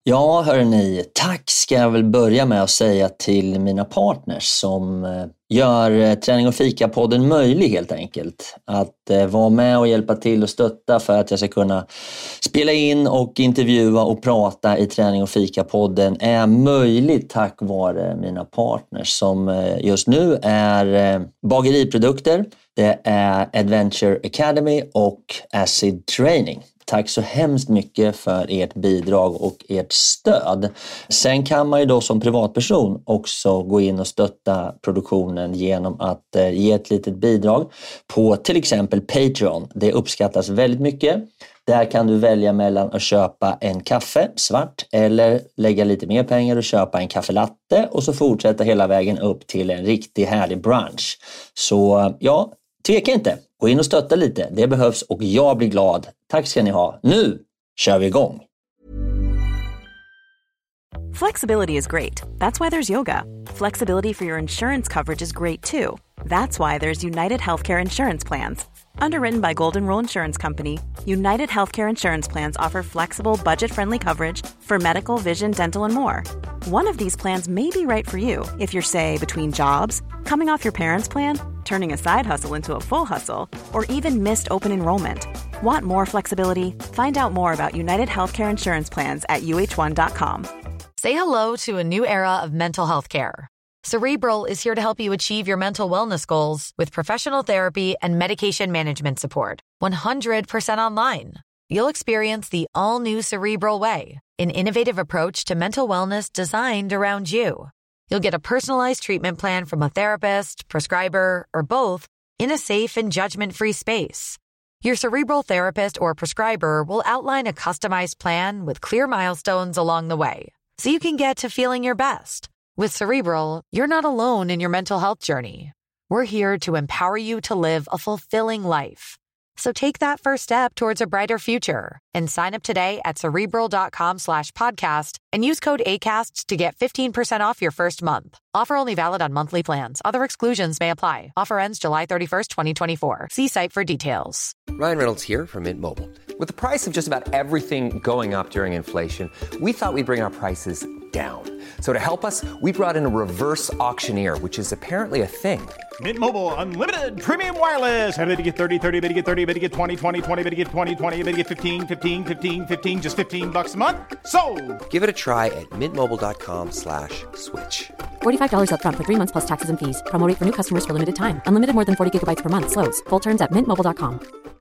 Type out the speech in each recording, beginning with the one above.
Ja, hörni, tack ska jag väl börja med att säga till mina partners som gör Träning och Fika-podden möjlig helt enkelt. Att vara med och hjälpa till och stötta för att jag ska kunna spela in och intervjua och prata i Träning och Fika-podden är möjligt tack vare mina partners som just nu är bageriprodukter, det är Adventure Academy och Acid Training. Tack så hemskt mycket för ert bidrag och ert stöd. Sen kan man ju då som privatperson också gå in och stötta produktionen genom att ge ett litet bidrag på till exempel Patreon. Det uppskattas väldigt mycket. Där kan du välja mellan att köpa en kaffe svart eller lägga lite mer pengar och köpa en kaffelatte och så fortsätta hela vägen upp till en riktigt härlig brunch. Så ja, tveka inte. Gå in och stötta lite. Det behövs och jag blir glad. Tack ska ni ha. Nu kör vi igång. Flexibility is great. That's why there's yoga. Flexibility for your insurance coverage is great too. That's why there's United Healthcare Insurance Plans. Underwritten by Golden Rule Insurance Company, United Healthcare Insurance Plans offer flexible, budget-friendly coverage for medical, vision, dental, and more. One of these plans may be right for you if you're, say, between jobs, coming off your parents' plan, turning a side hustle into a full hustle, or even missed open enrollment. Want more flexibility? Find out more about United Healthcare Insurance Plans at uh1.com. Say hello to a new era of mental health care. Cerebral is here to help you achieve your mental wellness goals with professional therapy and medication management support. 100% online. You'll experience the all-new Cerebral Way, an innovative approach to mental wellness designed around you. You'll get a personalized treatment plan from a therapist, prescriber, or both in a safe and judgment-free space. Your Cerebral therapist or prescriber will outline a customized plan with clear milestones along the way, so you can get to feeling your best. With Cerebral, you're not alone in your mental health journey. We're here to empower you to live a fulfilling life. So take that first step towards a brighter future and sign up today at Cerebral.com/podcast and use code ACAST to get 15% off your first month. Offer only valid on monthly plans. Other exclusions may apply. Offer ends July 31st, 2024. See site for details. Ryan Reynolds here from Mint Mobile. With the price of just about everything going up during inflation, we thought we'd bring our prices down. So to help us, we brought in a reverse auctioneer, which is apparently a thing. Mint Mobile Unlimited Premium Wireless. How to get 30, 30, how to get 30, how to get 20, 20, 20, how to get 20, 20, how to get 15, 15, 15, 15, just $15 a month? Sold! Give it a try at mintmobile.com/switch. $45 up front for 3 months plus taxes and fees. Promo rate for new customers for limited time. Unlimited more than 40 gigabytes per month. Slows full terms at mintmobile.com.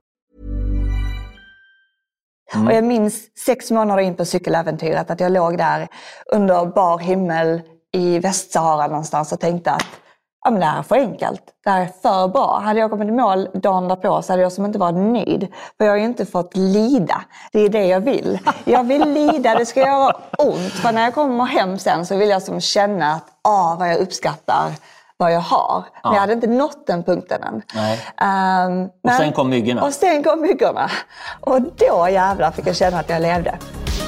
Och jag minns 6 månader in på cykeläventyret att jag låg där under bar himmel i Västsahara någonstans och tänkte att ja, men det här är för enkelt. Det här är för bra. Hade jag kommit i mål dagen därpå så hade jag som inte varit nöjd. För jag har ju inte fått lida. Det är det jag vill. Jag vill lida, det ska göra ont. För när jag kommer hem sen så vill jag som känna att vad jag uppskattar vad jag har. Men jag hade inte nått den punkten än. Och sen kom myggorna. Och sen kom myggorna. Och då jävlar fick jag känna att jag levde.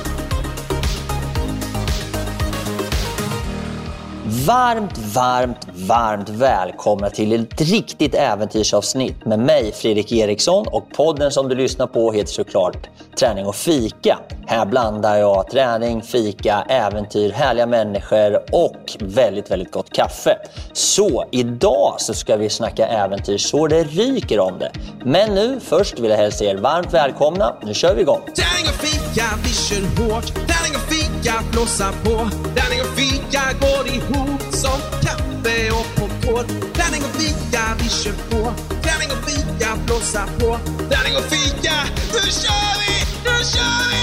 Varmt välkomna till ett riktigt äventyrsavsnitt med mig, Fredrik Eriksson, och podden som du lyssnar på heter såklart Träning och Fika. Här blandar jag träning, fika, äventyr, härliga människor och väldigt, väldigt gott kaffe. Så idag så ska vi snacka äventyr så det ryker om det. Men nu först vill jag hälsa er varmt välkomna. Nu kör vi igång. Träning och fika, vi kör hårt. Träning och fika, blåsa på. Träning och fika går ihop som kaffe och popcorn. Träning och fika, vi kör på. Träning och fika, blåsa på. Träning och fika, nu kör vi! Nu kör vi!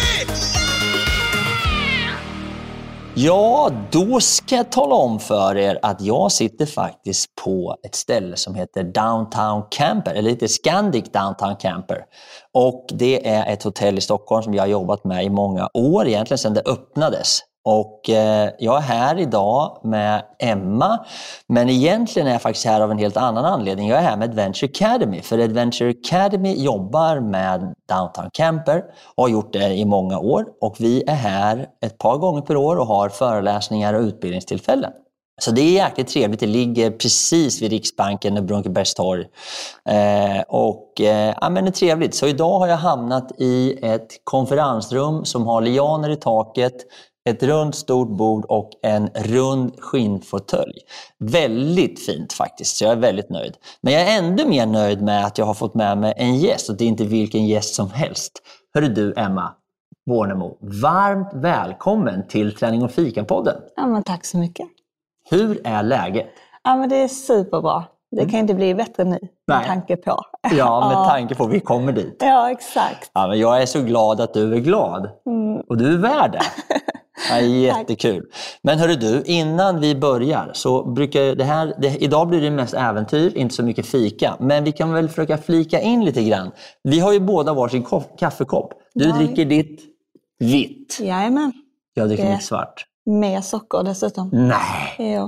Ja, då ska jag tala om för er att jag sitter faktiskt på ett ställe som heter Downtown Camper, eller lite Scandic Downtown Camper. Och det är ett hotell i Stockholm som jag har jobbat med i många år, egentligen sedan det öppnades. Och jag är här idag med Emma, men egentligen är jag faktiskt här av en helt annan anledning. Jag är här med Adventure Academy, för Adventure Academy jobbar med Downtown Camper och har gjort det i många år. Och vi är här ett par gånger per år och har föreläsningar och utbildningstillfällen. Så det är jäkligt trevligt. Det ligger precis vid Riksbanken och Brunkebergstorg. Men det är trevligt. Så idag har jag hamnat i ett konferensrum som har lianer i taket. ett runt stort bord och en rund skinnfåtölj. Väldigt fint faktiskt, så jag är väldigt nöjd. Men jag är ändå mer nöjd med att jag har fått med mig en gäst, och det är inte vilken gäst som helst. Hörru du, Emma Bornemo, varmt välkommen till Träning och fika-podden. Ja, men tack så mycket. Hur är läget? Ja, men det är superbra. Det kan inte bli bättre nu, med tanke på. Ja, med tanke på att vi kommer dit. Ja, exakt. Ja, men jag är så glad att du är glad. Och du är värd det. Ja, jättekul. Men hörru du, innan vi börjar så brukar idag blir det mest äventyr, inte så mycket fika. Men vi kan väl försöka flika in lite grann. Vi har ju båda varsin kaffekopp. Du dricker ditt vitt. Jajamän. Jag dricker mitt svart. Med socker dessutom. Nej. Jo.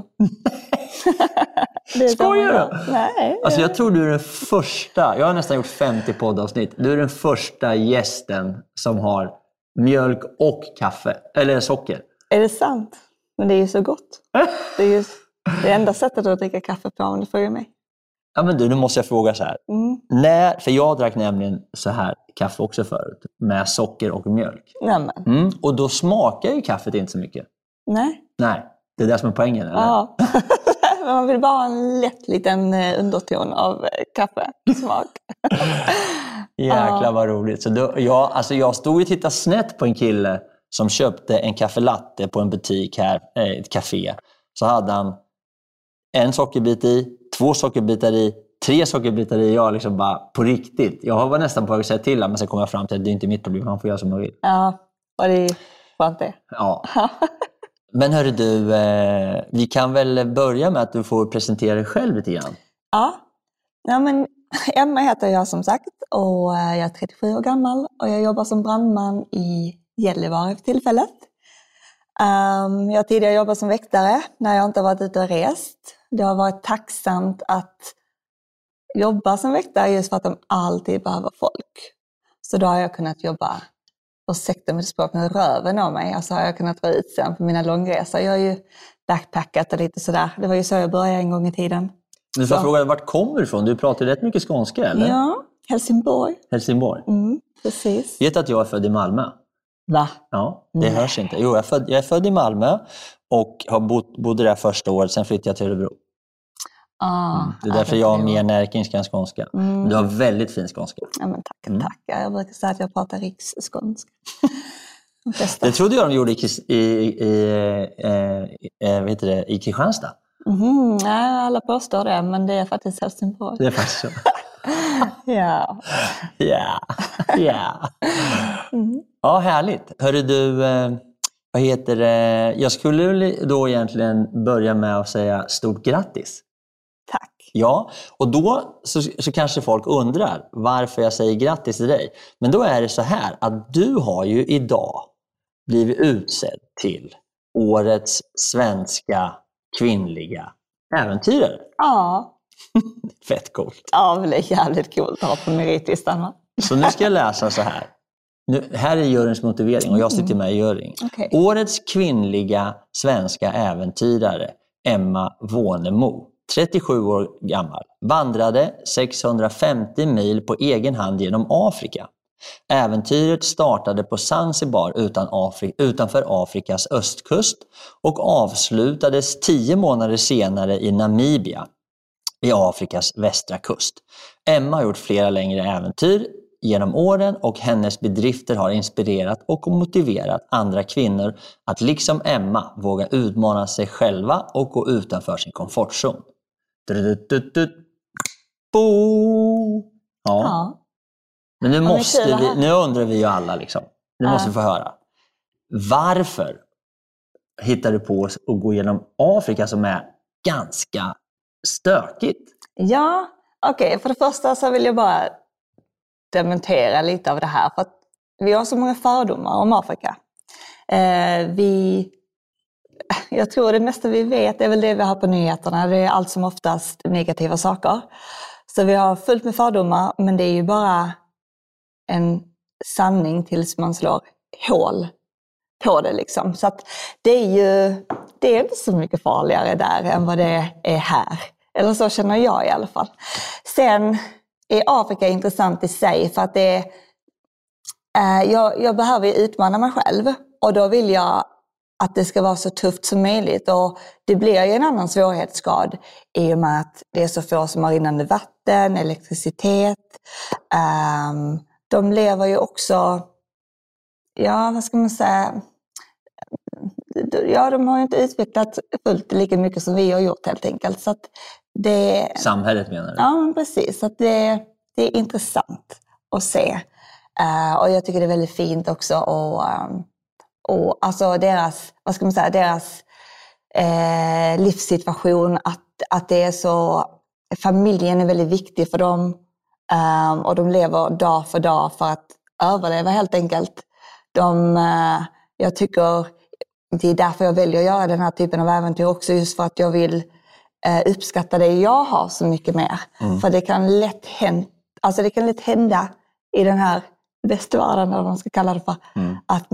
Skojar du? Nej. Alltså jag tror du är den första, jag har nästan gjort 50 poddavsnitt. Du är den första gästen som har mjölk och kaffe, eller socker. Är det sant? Men det är ju så gott. Det är ju det enda sättet att dricka kaffe på, om du frågar mig. Ja, men du, nu måste jag fråga så här. För jag drack nämligen så här kaffe också förut, med socker och mjölk. Och då smakar ju kaffet inte så mycket. Nej, det är det som är poängen, eller? Ja. Man vill bara ha en lätt liten underton av kaffesmak. Jäklar vad roligt. Så jag stod och tittade snett på en kille som köpte en kaffelatte på en butik här, ett café. Så hade han en sockerbit i, 2 sockerbitar i, 3 sockerbitar i. Jag liksom bara, på riktigt. Jag var nästan på att säga till honom, men sen kom jag fram till att det är inte mitt problem. Han får göra som han vill. Ja, och det är skönt det. Ja. Men hörru du, vi kan väl börja med att du får presentera dig själv lite grann. Ja, men Emma heter jag som sagt, och jag är 37 år gammal och jag jobbar som brandman i Gällivare för tillfället. Jag har tidigare jobbat som väktare när jag inte varit ute och rest. Det har varit tacksamt att jobba som väktare just för att de alltid behöver folk. Så då har jag kunnat jobba, ursäkta mitt språk, med röven av mig. Alltså har jag kunnat vara ut sen på mina långresor. Jag har ju backpackat och lite sådär. Det var ju så jag började en gång i tiden. Du får fråga, vart kommer du ifrån? Du pratar rätt mycket skånska, eller? Ja, Helsingborg. Helsingborg? Precis. Vet att jag är född i Malmö? Va? Ja, det hörs inte. Jo, jag är född i Malmö och har bodde där första året. Sen flyttade jag till Örebro. Det är därför jag har mer närkingska än skånska. Du har väldigt fin skånska. Ja, men tack. Jag brukar säga att jag pratar riksskånska. Det trodde jag de gjorde i Kristianstad. Nej, alla påstår det, men det är faktiskt Helsingborg. Det är faktiskt så. Ja. Ja, härligt. Hörru du, vad heter det? Jag skulle då egentligen börja med att säga stort grattis. Tack. Ja, och då så kanske folk undrar varför jag säger grattis till dig. Men då är det så här att du har ju idag blivit utsedd till årets svenska kvinnliga äventyrare. Ja. Fett coolt. Ja, det är jävligt coolt att ha på meritlistan. Så nu ska jag läsa så här. Här är juryns motivering och jag sitter med i juryn. Okay. Årets kvinnliga svenska äventyrare Emma Bornemo, 37 år gammal, vandrade 650 mil på egen hand genom Afrika. Äventyret startade på Zanzibar utanför Afrikas östkust och avslutades 10 månader senare i Namibia i Afrikas västra kust. Emma har gjort flera längre äventyr genom åren och hennes bedrifter har inspirerat och motiverat andra kvinnor att liksom Emma våga utmana sig själva och gå utanför sin komfortzon. Ja. Men nu undrar vi ju alla liksom. Nu måste vi få höra. Varför hittar du på att gå igenom Afrika som är ganska stökigt? Ja, okej. För det första så vill jag bara dementera lite av det här. För att vi har så många fördomar om Afrika. Jag tror det mesta vi vet är väl det vi har på nyheterna. Det är allt som oftast negativa saker. Så vi har fullt med fördomar, men det är ju bara en sanning tills man slår hål på det liksom. Så att det är inte så mycket farligare där än vad det är här. Eller så känner jag i alla fall. Sen är Afrika intressant i sig för att det är, jag behöver utmana mig själv. Och då vill jag att det ska vara så tufft som möjligt. Och det blir ju en annan svårighetsgrad i och med att det är så få som har rinnande vatten, elektricitet. De lever ju också, ja vad ska man säga, ja de har ju inte utvecklat fullt lika mycket som vi har gjort helt enkelt. Så att det, samhället menar du? Ja men precis, så att det är intressant att se. Och jag tycker det är väldigt fint också och alltså deras, vad ska man säga, deras livssituation, att det är så, familjen är väldigt viktig för dem och de lever dag för dag för att överleva helt enkelt. Jag tycker det är därför jag väljer att göra den här typen av äventyr också, just för att jag vill uppskatta det jag har så mycket mer. För det kan lätt hända i den här västvärlden, eller vad man ska kalla det för, att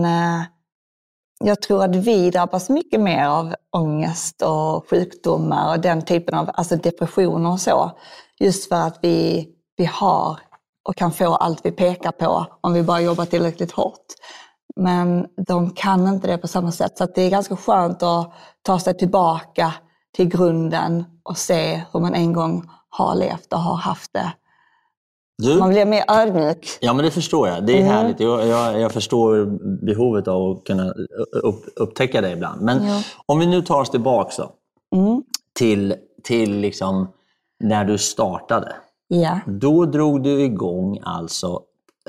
jag tror att vi drabbas mycket mer av ångest och sjukdomar och den typen av, alltså depressioner och så, just för att vi har och kan få allt vi pekar på om vi bara jobbar tillräckligt hårt. Men de kan inte det på samma sätt, så att det är ganska skönt att ta sig tillbaka till grunden och se hur man en gång har levt och har haft det. Man blir mer ödmjuk. Ja, men det förstår jag. Det är härligt. Jag förstår behovet av att kunna upptäcka det ibland. Men om vi nu tar oss tillbaka då, till liksom när du startade. Ja. Då drog du igång alltså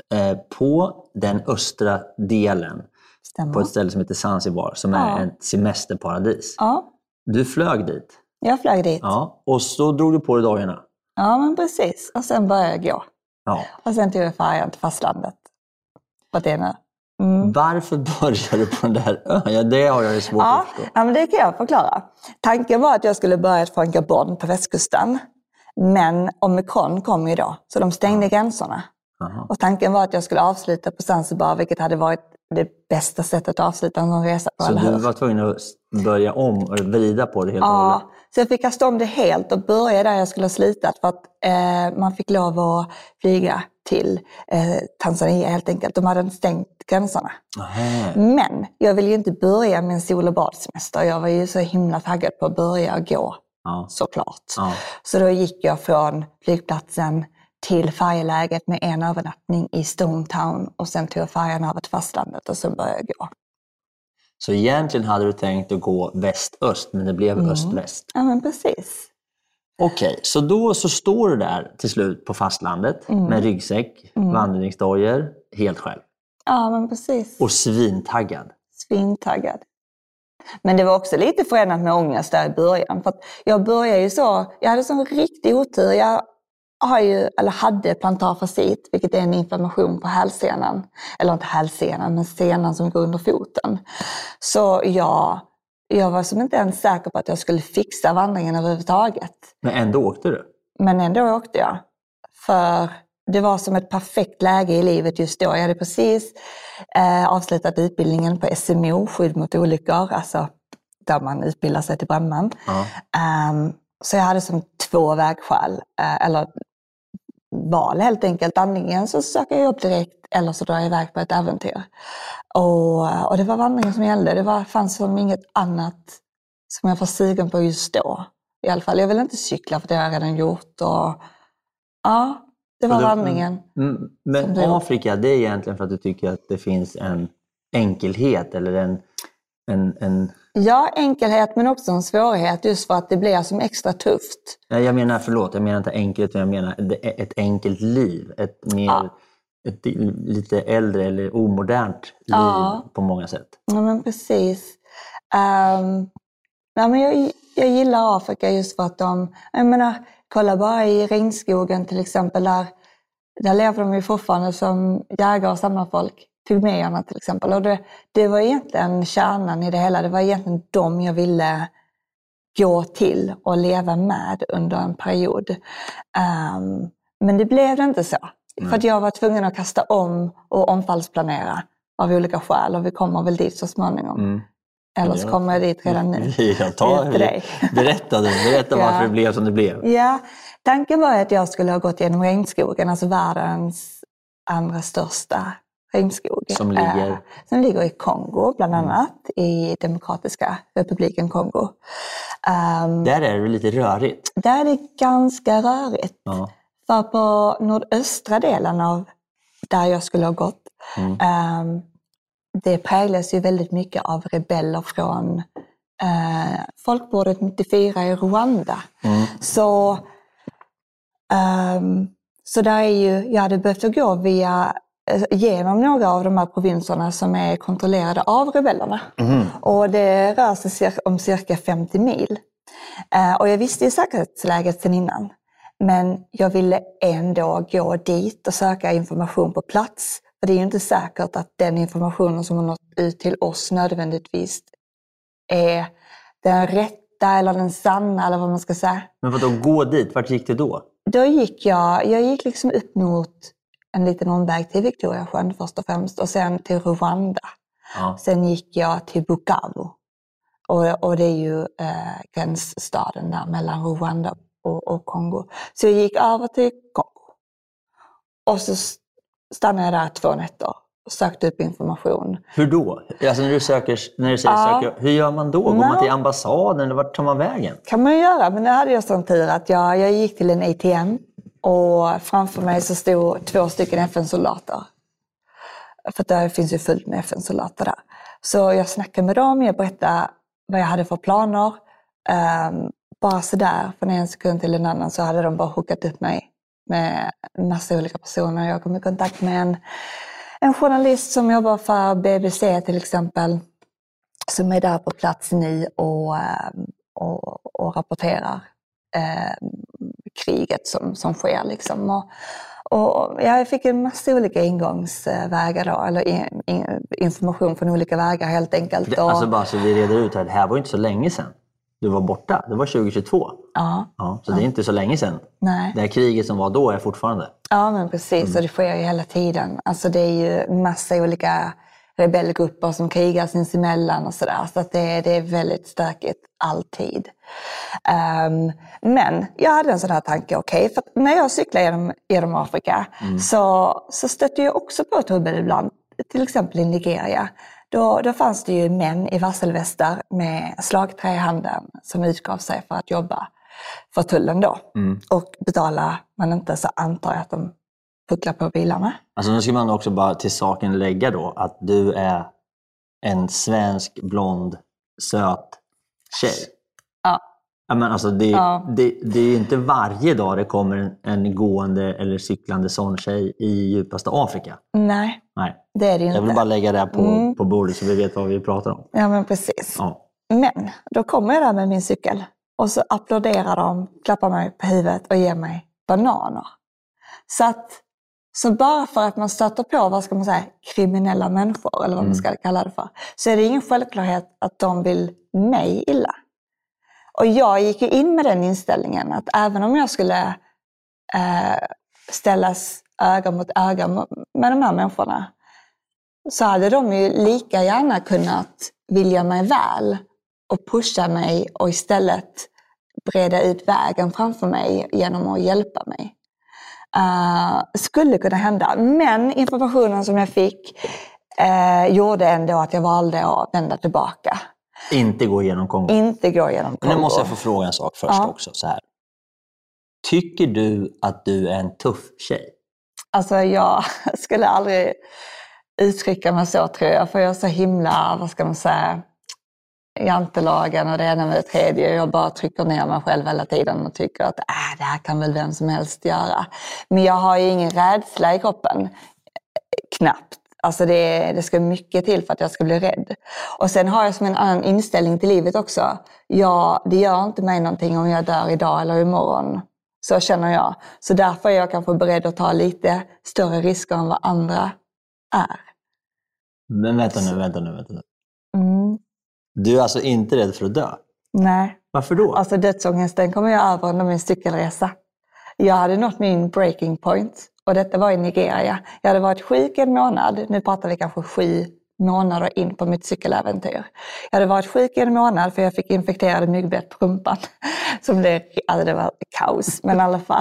på den östra delen. Stämmer. På ett ställe som heter Zanzibar, som är ett semesterparadis. Ja. Du flög dit. Jag flög dit. Ja. Och så drog du på dig dagarna. Ja, men precis. Och sen började jag gå. Ja. Och sen tog jag färjan till fastlandet. På det nu. Varför började du på den där ön? Ja, det har jag ju svårt att förstå. Ja, men det kan jag förklara. Tanken var att jag skulle börja från Gabon på västkusten. Men Omikron kom ju då, så de stängde gränserna. Aha. Och tanken var att jag skulle avsluta på Zanzibar, vilket hade varit det bästa sättet att avsluta en resa på. Så du var tvungen att börja om och vrida på det helt och hållet? Ja, så jag fick kasta om det helt och börja där jag skulle ha slutat, för att man fick lov att flyga till Tanzania helt enkelt. De hade stängt gränserna. Aha. Men jag ville ju inte börja med en sol- och badsemester. Jag var ju så himla taggad på att börja och gå, såklart. Ja. Så då gick jag från flygplatsen till färjeläget med en övernattning i Stone Town och sen tog jag färjan över till fastlandet och så började jag gå. Så egentligen hade du tänkt att gå väst-öst, men det blev öst-väst? Ja, men precis. Okej, så då så står du där till slut på fastlandet med ryggsäck, vandringsdojor, helt själv? Ja, men precis. Och svintaggad? Svintaggad. Men det var också lite förenat med ångest där i början. För att jag började ju så, jag hade sån riktig otur. Jag hade plantar fasciit, vilket är en inflammation på hälsenan. Eller inte hälsenan, men senan som går under foten. Så jag var som inte ens säker på att jag skulle fixa vandringen överhuvudtaget. Men ändå åkte du? Men ändå åkte jag. För det var som ett perfekt läge i livet just då. Jag hade precis avslutat utbildningen på SMO, skydd mot olyckor. Alltså där man utbildar sig till brandman. Så jag hade som 2 vägskäl, eller val helt enkelt. Antingen så söker jag jobb direkt eller så drar jag iväg på ett äventyr. Och det var vandringen som gällde. Det fanns som inget annat som jag var sugen på just då. I alla fall, jag ville inte cykla för det har jag redan gjort. Och, ja, det var vandringen. Men Afrika, det är egentligen för att du tycker att det finns en enkelhet eller en... Ja, enkelhet men också en svårighet just för att det blir som extra tufft. Jag menar inte enkelt, jag menar ett enkelt liv. Ett lite äldre eller omodernt liv på många sätt. Ja, men precis. Men jag gillar Afrika just för att kolla bara i regnskogen till exempel. Där lever de ju fortfarande som jägare och samlarfolk. Pygméerna till exempel. Och det var egentligen kärnan i det hela. Det var egentligen dem jag ville gå till och leva med under en period. Men det blev det inte så. För att jag var tvungen att kasta om och omfallsplanera av olika skäl. Och vi kommer väl dit så småningom. Eller så kommer jag dit redan nu. Berätta varför det blev som det blev. Ja, tanken var att jag skulle ha gått genom regnskogen. Alltså världens andra största regnskog. Som ligger i Kongo bland annat, i Demokratiska republiken Kongo. Där är det lite rörigt. Där är det ganska rörigt. Ja. För på nordöstra delen av där jag skulle ha gått, det präglas ju väldigt mycket av rebeller från folkmordet 94 i Rwanda. Så där är ju, jag hade behövt gå genom några av de här provinserna som är kontrollerade av rebellerna. Och det rör sig om cirka 50 mil. Och jag visste ju säkerhetsläget sedan innan. Men jag ville ändå gå dit och söka information på plats. För det är ju inte säkert att den informationen som har nått ut till oss nödvändigtvis är den rätta eller den sanna eller vad man ska säga. Men vadå, gå dit? Vart gick du då? Då gick jag gick liksom upp mot en liten omväg till Victoriasjön först och främst. Och sen till Rwanda. Ja. Sen gick jag till Bukavu. Och det är ju gränsstaden där mellan Rwanda och Kongo. Så jag gick över till Kongo. Och så stannade jag där 2 nätter och sökte upp information. Hur då? Alltså när du säger söker, hur gör man då? Går man till ambassaden eller vart tar man vägen? Kan man göra, men nu hade jag sån tur att jag gick till en ATM och framför mig så stod 2 stycken FN-soldater. För det finns ju fullt med FN-soldater där. Så jag snackade med dem, jag berättade vad jag hade för planer. Bara sådär, från en sekund till en annan så hade de bara hookat upp mig med en massa olika personer. Jag kom i kontakt med en journalist som jobbar för BBC till exempel, som är där på plats nu och rapporterar kriget som sker liksom. Och jag fick en massa olika ingångsvägar då, eller information från olika vägar helt enkelt. Alltså bara så vi reder ut det här var ju inte så länge sedan. Du var borta, det var 2022. Ja, så det är inte så länge sedan. Nej. Det här kriget som var då är fortfarande. Ja, men precis. Och det sker ju hela tiden. Alltså det är ju massa olika rebellgrupper som krigar sinsemellan och sådär. Så att det är väldigt stökigt alltid. Men jag hade en sån här tanke, okej, för när jag cyklar genom Afrika så stötte jag också på trubbel ibland. Till exempel i Nigeria. Då fanns det ju män i varselvästar med slagträ i handen som utgav sig för att jobba för tullen då. Och betalar man inte så antar jag att de pucklar på bilarna. Alltså nu ska man också bara till saken lägga då att du är en svensk, blond, söt tjej. Ja. Men alltså det är inte varje dag det kommer en gående eller cyklande sån tjej i djupaste Afrika. Nej, det är det inte. Jag vill bara lägga det på bordet så vi vet vad vi pratar om. Ja, men precis. Ja. Men då kommer jag där med min cykel och så applåderar de, klappar mig på huvudet och ger mig bananer. Så bara för att man stöter på, vad ska man säga, kriminella människor eller vad man ska kalla det för, så är det ingen självklarhet att de vill mig illa. Och jag gick ju in med den inställningen att även om jag skulle ställas öga mot öga med de här människorna så hade de ju lika gärna kunnat vilja mig väl och pusha mig och istället breda ut vägen framför mig genom att hjälpa mig. Skulle kunna hända. Men informationen som jag fick gjorde ändå att jag valde att vända tillbaka. Inte gå igenom Kongo. Inte gå igenom Kongo. Men nu måste jag få fråga en sak först också. Så här. Tycker du att du är en tuff tjej? Alltså jag skulle aldrig uttrycka mig så, tror jag. För jag är så himla, vad ska man säga, jantelagen och det ena med det tredje. Jag bara trycker ner mig själv hela tiden och tycker att det här kan väl vem som helst göra. Men jag har ju ingen rädsla i kroppen. Knappt. Alltså det ska mycket till för att jag ska bli rädd. Och sen har jag som en annan inställning till livet också. Det gör inte mig någonting om jag dör idag eller imorgon. Så känner jag. Så därför är jag kanske beredd att ta lite större risker än vad andra är. Men vänta nu. Du är alltså inte rädd för att dö? Nej. Varför då? Alltså dödsångesten kommer jag över under min cykelresa. Jag hade nått min breaking point. Och detta var i Nigeria. Jag hade varit sjuk 1 månad. Nu pratar vi kanske 7 månader in på mitt cykeläventyr. Jag hade varit sjuk 1 månad för jag fick infekterade myggbett på rumpan. Det var kaos, men i alla fall.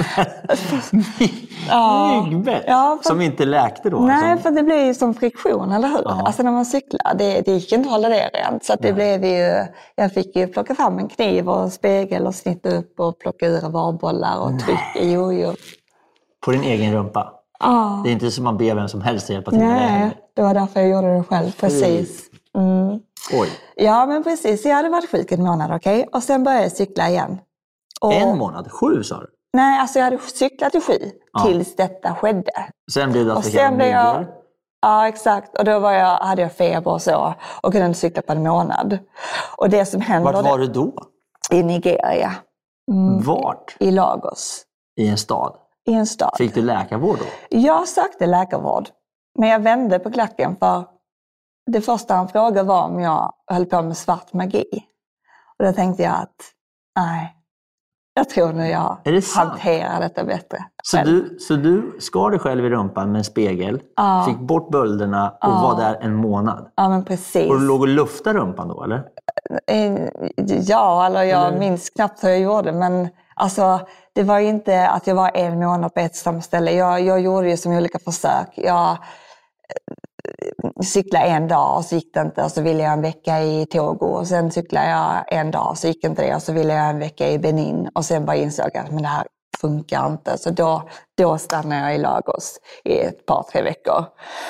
Myggbett? Som inte läkte då? Nej, för det blir ju som friktion, eller hur? Ja. Alltså när man cyklar, det gick inte att hålla det rent. Så att det blev ju, jag fick ju plocka fram en kniv och spegel och snitta upp och plocka ur varbollar och tryck i jojo. På din egen rumpa? Ja. Det är inte som man ber vem som helst att hjälpa till med det. Nej, det var därför jag gjorde det själv, precis. Oj. Ja, men precis. Jag hade varit sjuk en månad, okej? Och sen började jag cykla igen. En månad? 7 sa du? Nej, alltså jag hade cyklat i 7 tills detta skedde. Sen blev det alltså myggor? Ja, exakt. Och då hade jag feber och så. Och kunde inte cykla på en månad. Och det som hände... Vart var du då? I Nigeria. Vart? I Lagos. I en stad? I en stad. Fick du läkarvård då? Jag sökte läkarvård. Men jag vände på klacken för det första han frågade var om jag höll på med svart magi. Och då tänkte jag att nej, jag tror nu jag hanterar detta bättre. Så du skar dig själv i rumpan med en spegel, fick bort bölderna och var där en månad? Ja, men precis. Och du låg och luftade rumpan då, eller? Ja, eller jag minns knappt hur jag gjorde, men alltså, det var ju inte att jag var en månad på ett samma ställe. Jag gjorde ju som olika försök. Jag cyklade en dag och så gick det inte, och så ville jag en vecka i Togo, och sen cyklade jag en dag och så gick inte det, och så ville jag en vecka i Benin, och sen bara insåg jag att men det här funkar inte. Så då stannade jag i Lagos i ett par 3 veckor.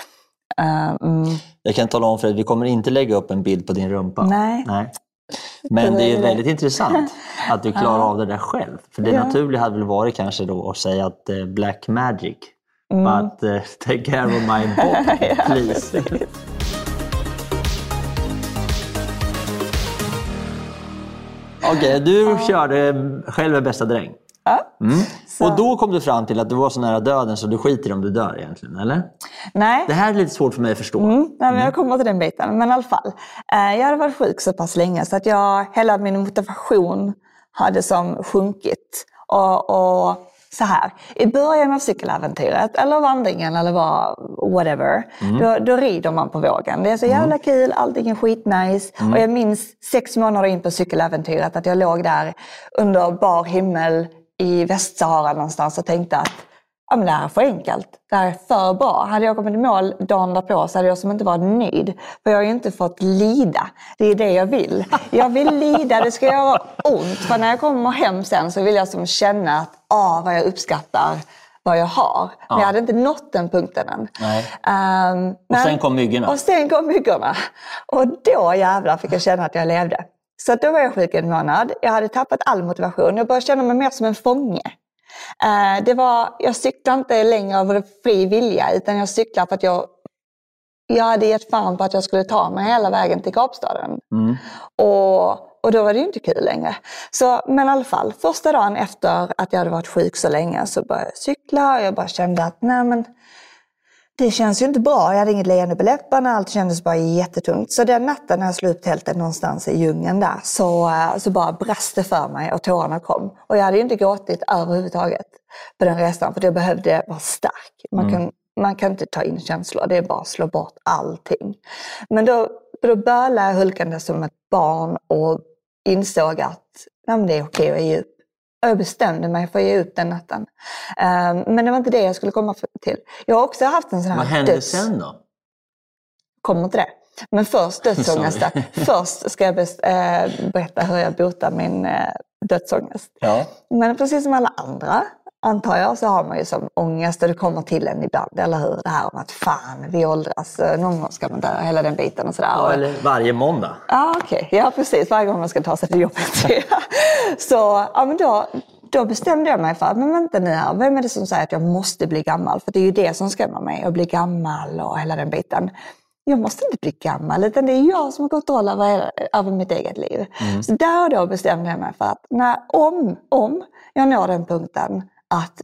Jag kan tala om för dig, vi kommer inte lägga upp en bild på din rumpa. Nej. Men det är väldigt intressant att du klarar av det där själv. För det naturliga hade väl varit kanske då att säga att black magic. But take care of my body, please. Okej, du körde själv bästa dräng. Ja. Och då kom du fram till att du var så nära döden så du skiter om du dör egentligen, eller? Nej. Det här är lite svårt för mig att förstå. Nej, men jag kommer till den biten. Men i alla fall, jag hade varit sjuk så pass länge så att hela min motivation hade som sjunkit. Och så här, i början av cykeläventyret eller vandringen eller whatever, då rider man på vågen. Det är så jävla kul, allting är skitnice. Och jag minns 6 månader in på cykeläventyret att jag låg där under bar himmel i Västsahara någonstans och tänkte att men det här är för enkelt, det här är för bra. Hade jag kommit i mål dagen därpå så hade jag som inte varit nöjd. För jag har ju inte fått lida, det är det jag vill. Jag vill lida, det ska göra ont. För när jag kommer hem sen så vill jag som känna att vad jag uppskattar vad jag har. Men jag hade inte nått den punkten än. Och sen kom myggorna. Och sen kom myggorna. Och då jävlar fick jag känna att jag levde. Så då var jag sjuk en månad. Jag hade tappat all motivation. Jag började känna mig mer som en fånge. Jag cyklade inte längre av fri vilja, utan jag cyklade för att jag hade gett fan på att jag skulle ta mig hela vägen till Kapstaden. Och då var det ju inte kul längre. Men i alla fall, första dagen efter att jag hade varit sjuk så länge så började jag cykla och jag bara kände att nej men det känns ju inte bra. Jag hade inget leende på läpparna, allt kändes bara jättetungt. Så den natten när jag slog upp tältet någonstans i djungeln där så bara brast det för mig och tårarna kom. Och jag hade ju inte gråtit överhuvudtaget på den resan för jag behövde vara stark. Man kan inte ta in känslor, det är bara att slå bort allting. Men då bölade jag hulkande som ett barn och insåg att det är okej att ge upp. Jag bestämde mig för att ge upp den natten. Men det var inte det jag skulle komma till. Jag har också haft en sån här Vad hände sen då? Kommer till det. Men först dödsångesten. Först ska jag berätta hur jag botar min dödsångest. Ja. Men precis som alla andra, antar jag, så har man ju som ångest och det kommer till en ibland, eller hur? Det här om att fan, vi åldras, någon gång ska man dö, hela den biten och sådär. Ja, eller varje måndag. Ja, okej. Ja, precis. Varje gång man ska ta sig till jobbet. Så, men då bestämde jag mig för att, men vänta nu här, vem är det som säger att jag måste bli gammal? För det är ju det som skrämmer mig, att bli gammal och hela den biten. Jag måste inte bli gammal, utan det är jag som har kontroll över mitt eget liv. Så där och då bestämde jag mig för att om jag når den punkten att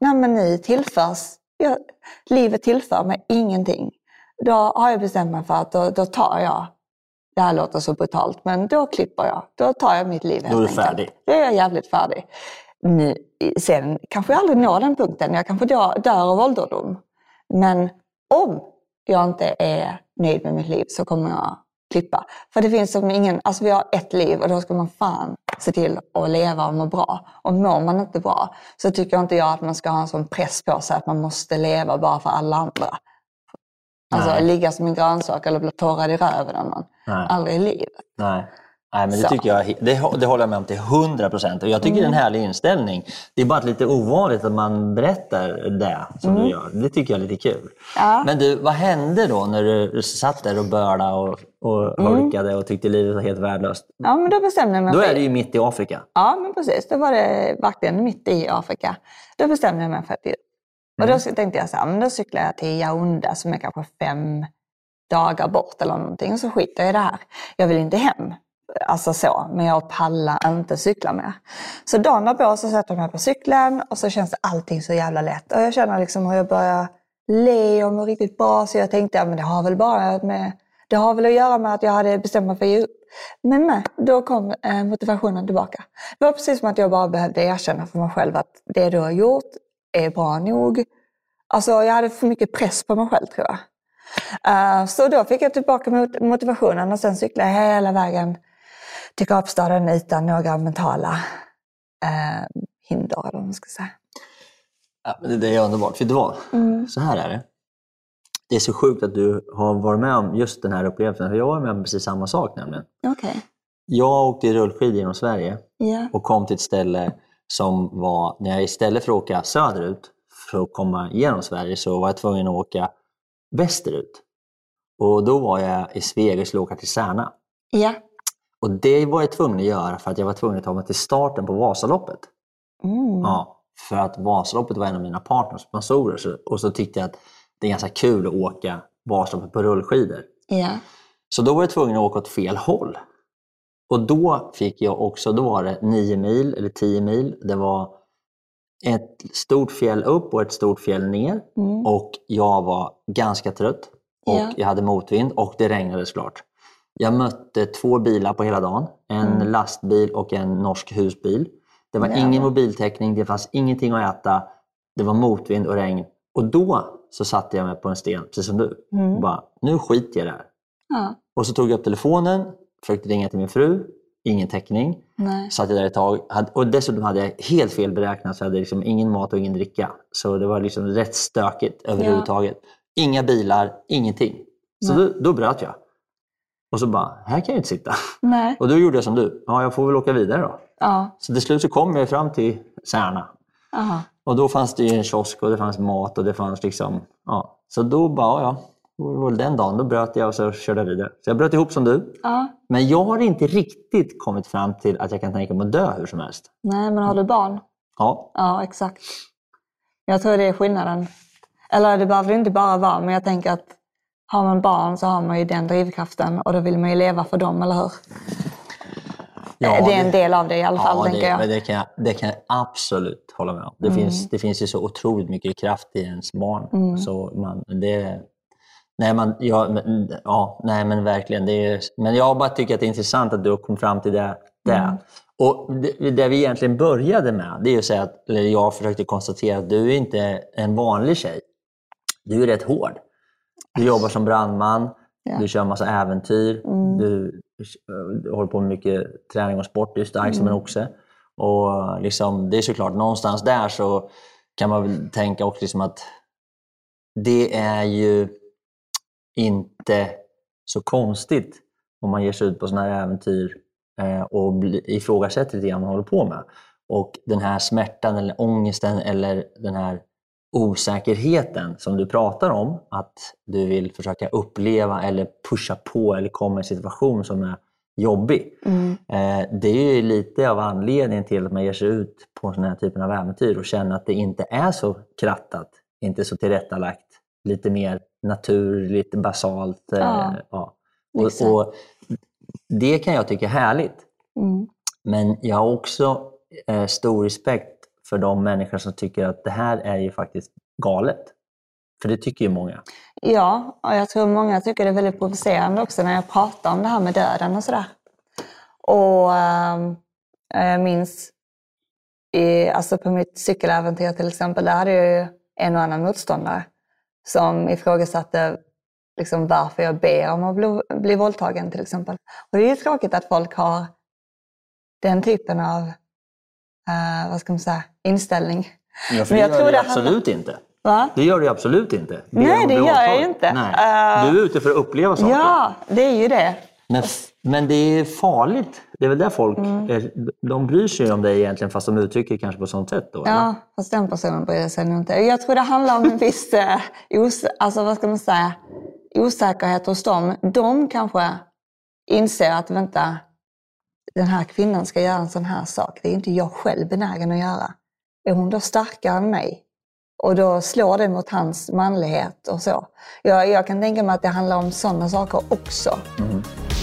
livet tillför mig ingenting, då har jag bestämt mig för att då tar jag, det här låter så brutalt, men då klipper jag, då tar jag mitt liv helt enkelt. Då är du färdig. Då är jag jävligt färdig. Nu, sen kanske jag aldrig når den punkten, jag kanske dör av ålderdom. Men om jag inte är nöjd med mitt liv så kommer jag klippa. För det finns som ingen, alltså vi har ett liv och då ska man fan se till att leva och må bra. Och mår man inte bra så tycker inte jag att man ska ha en sån press på sig att man måste leva bara för alla andra. Alltså ligga som en grönsak eller bli torrad i röven av någon. Aldrig i livet. Nej, men det tycker jag, det håller jag med om till 100%. Och jag tycker det är en härlig inställning. Det är bara lite ovanligt att man berättar det som du gör. Det tycker jag är lite kul. Ja. Men du, vad hände då när du satt där och börlade och orkade och tyckte livet var helt värdelöst? Ja, men då bestämde jag mig. Då är det ju mitt i Afrika. Ja, men precis. Då var det verkligen mitt i Afrika. Då bestämde jag mig för att och då tänkte jag så här, men då cyklar jag till Yaoundé som är kanske 5 dagar bort eller någonting. Och så skiter jag i det här. Jag vill inte hem. Alltså så, men jag pallar inte cykla mer. Så dagen därpå så sätter jag mig på cykeln och så känns allting så jävla lätt. Och jag känner liksom hur jag börjar le och mår riktigt bra. Så jag tänkte, men det har väl att göra med att jag hade bestämt mig för att ge upp. Men då kom motivationen tillbaka. Det var precis som att jag bara behövde erkänna för mig själv att det du har gjort är bra nog. Alltså jag hade för mycket press på mig själv, tror jag. Så då fick jag tillbaka motivationen och sen cyklade jag hela vägen till Kapstaden utan några mentala hinder, eller vad man ska säga. Ja, men det är underbart, för det var så här är det. Det är så sjukt att du har varit med om just den här upplevelsen, för jag var med om precis samma sak nämligen. Okay. Jag åkte i rullskidor genom Sverige och kom till ett ställe som var, när jag istället för att åka söderut för att komma igenom Sverige så var jag tvungen att åka västerut. Och då var jag i Sveg och skulle åka till Särna. Ja. Och det var jag tvungen att göra för att jag var tvungen att ta mig till starten på Vasaloppet. Ja, för att Vasaloppet var en av mina partnersponsorer. Och så tyckte jag att det är ganska kul att åka Vasaloppet på rullskidor. Ja. Så då var jag tvungen att åka åt fel håll. Och då fick jag också, då var det 9 mil eller 10 mil. Det var ett stort fjäll upp och ett stort fjäll ner. Och jag var ganska trött. Och jag hade motvind och det regnade såklart. Jag mötte 2 bilar på hela dagen. En lastbil och en norsk husbil. Det var ingen mobiltäckning, det fanns ingenting att äta. Det var motvind och regn. Och då så satte jag mig på en sten, precis som du. Och bara, nu skiter jag där. Ja. Och så tog jag upp telefonen, försökte ringa till min fru. Ingen täckning. Satt jag där ett tag. Och dessutom hade jag helt fel beräknat, så jag hade liksom ingen mat och ingen dricka. Så det var liksom rätt stökigt överhuvudtaget. Inga bilar, ingenting. Så då bröt jag. Och så bara, här kan jag inte sitta. Nej. Och då gjorde jag som du. Ja, jag får väl åka vidare då. Ja. Så till slut så kom jag fram till Särna. Aha. Och då fanns det ju en kiosk och det fanns mat och det fanns liksom, ja. Så då bara, det var den dagen. Då bröt jag och så körde jag vidare. Så jag bröt ihop som du. Ja. Men jag har inte riktigt kommit fram till att jag kan tänka mig att dö hur som helst. Nej, men har du barn? Ja. Ja, exakt. Jag tror det är skillnaden. Eller det behöver inte bara vara, men jag tänker att har man barn så har man ju den drivkraften och då vill man ju leva för dem, eller hur? Ja, det är en del av det i alla fall, tänker jag. Det kan jag absolut hålla med om. Det finns ju så otroligt mycket kraft i ens barn. Så men verkligen. Men jag bara tycker att det är intressant att du kom fram till det. Och det vi egentligen började med, det är ju att säga att, eller jag försökte konstatera att du är inte en vanlig tjej. Du är rätt hård. Du jobbar som brandman, du kör en massa äventyr, du håller på med mycket träning och sport, du är stark som en oxe. Och liksom, det är såklart någonstans där så kan man väl tänka också liksom att det är ju inte så konstigt om man ger sig ut på sådana här äventyr och ifrågasätter det man håller på med. Och den här smärtan eller ångesten eller den här osäkerheten som du pratar om, att du vill försöka uppleva eller pusha på eller komma i en situation som är jobbig. Det är ju lite av anledningen till att man ger sig ut på sån här typen av äventyr och känner att det inte är så krattat, inte så tillrättalagt, lite mer natur, lite basalt. Och det kan jag tycka är härligt. Men jag har också stor respekt för de människor som tycker att det här är ju faktiskt galet. För det tycker ju många. Ja, och jag tror många tycker det är väldigt provocerande också när jag pratar om det här med döden och sådär. Och jag minns alltså på mitt cykeläventyr till exempel, där hade jag ju en och annan motståndare som ifrågasatte liksom varför jag ber om att bli våldtagen till exempel. Och det är ju tråkigt att folk har den typen av vad ska man säga, inställning. Ja, för men det gör du absolut inte. Va? Det gör du absolut inte. Nej, det gör jag inte. Nej. Du är ute för att uppleva saker. Ja, det är ju det. Men det är farligt. Det är väl där folk de bryr sig om dig egentligen, fast de uttrycker kanske på sånt sätt då? Ja, eller? fast den personen bryr sig nog inte. Jag tror det handlar om en viss osäkerhet hos dem. De kanske inser att vänta, den här kvinnan ska göra en sån här sak. Det är inte jag själv benägen att göra. Är hon då starkare än mig? Och då slår det mot hans manlighet och så. Jag kan tänka mig att det handlar om sådana saker också. Mm.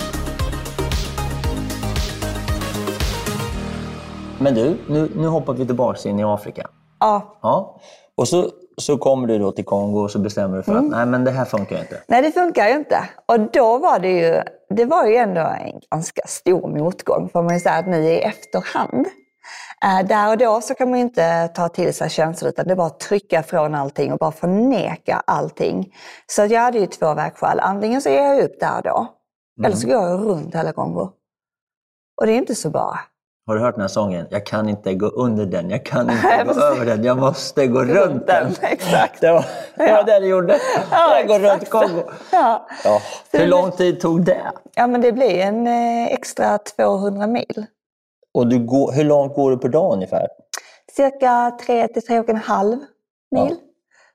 Men du, nu hoppar vi tillbaka in i Afrika. Ja. Och så kommer du då till Kongo och så bestämmer du för att nej, men det här funkar inte. Nej, det funkar ju inte. Och då var det var ju ändå en ganska stor motgång, får man ju säga, att nu i efterhand. Där och då så kan man ju inte ta till sig känslor, utan det är bara att trycka från allting och bara förneka allting. Så jag hade ju 2 vägskäl. Antingen så ger jag upp där då, eller så går jag runt hela Kongo. Och det är inte så bra. Har du hört den här sången? Jag kan inte gå under den, jag kan inte gå över den, jag måste gå runt den. Exakt. Det var det du gjorde. Jag går runt Kongo. Ja. Hur lång tid tog det? Ja, men det blir en extra 200 mil. Och hur långt går du per dag ungefär? Cirka 3-3,5 mil. Ja.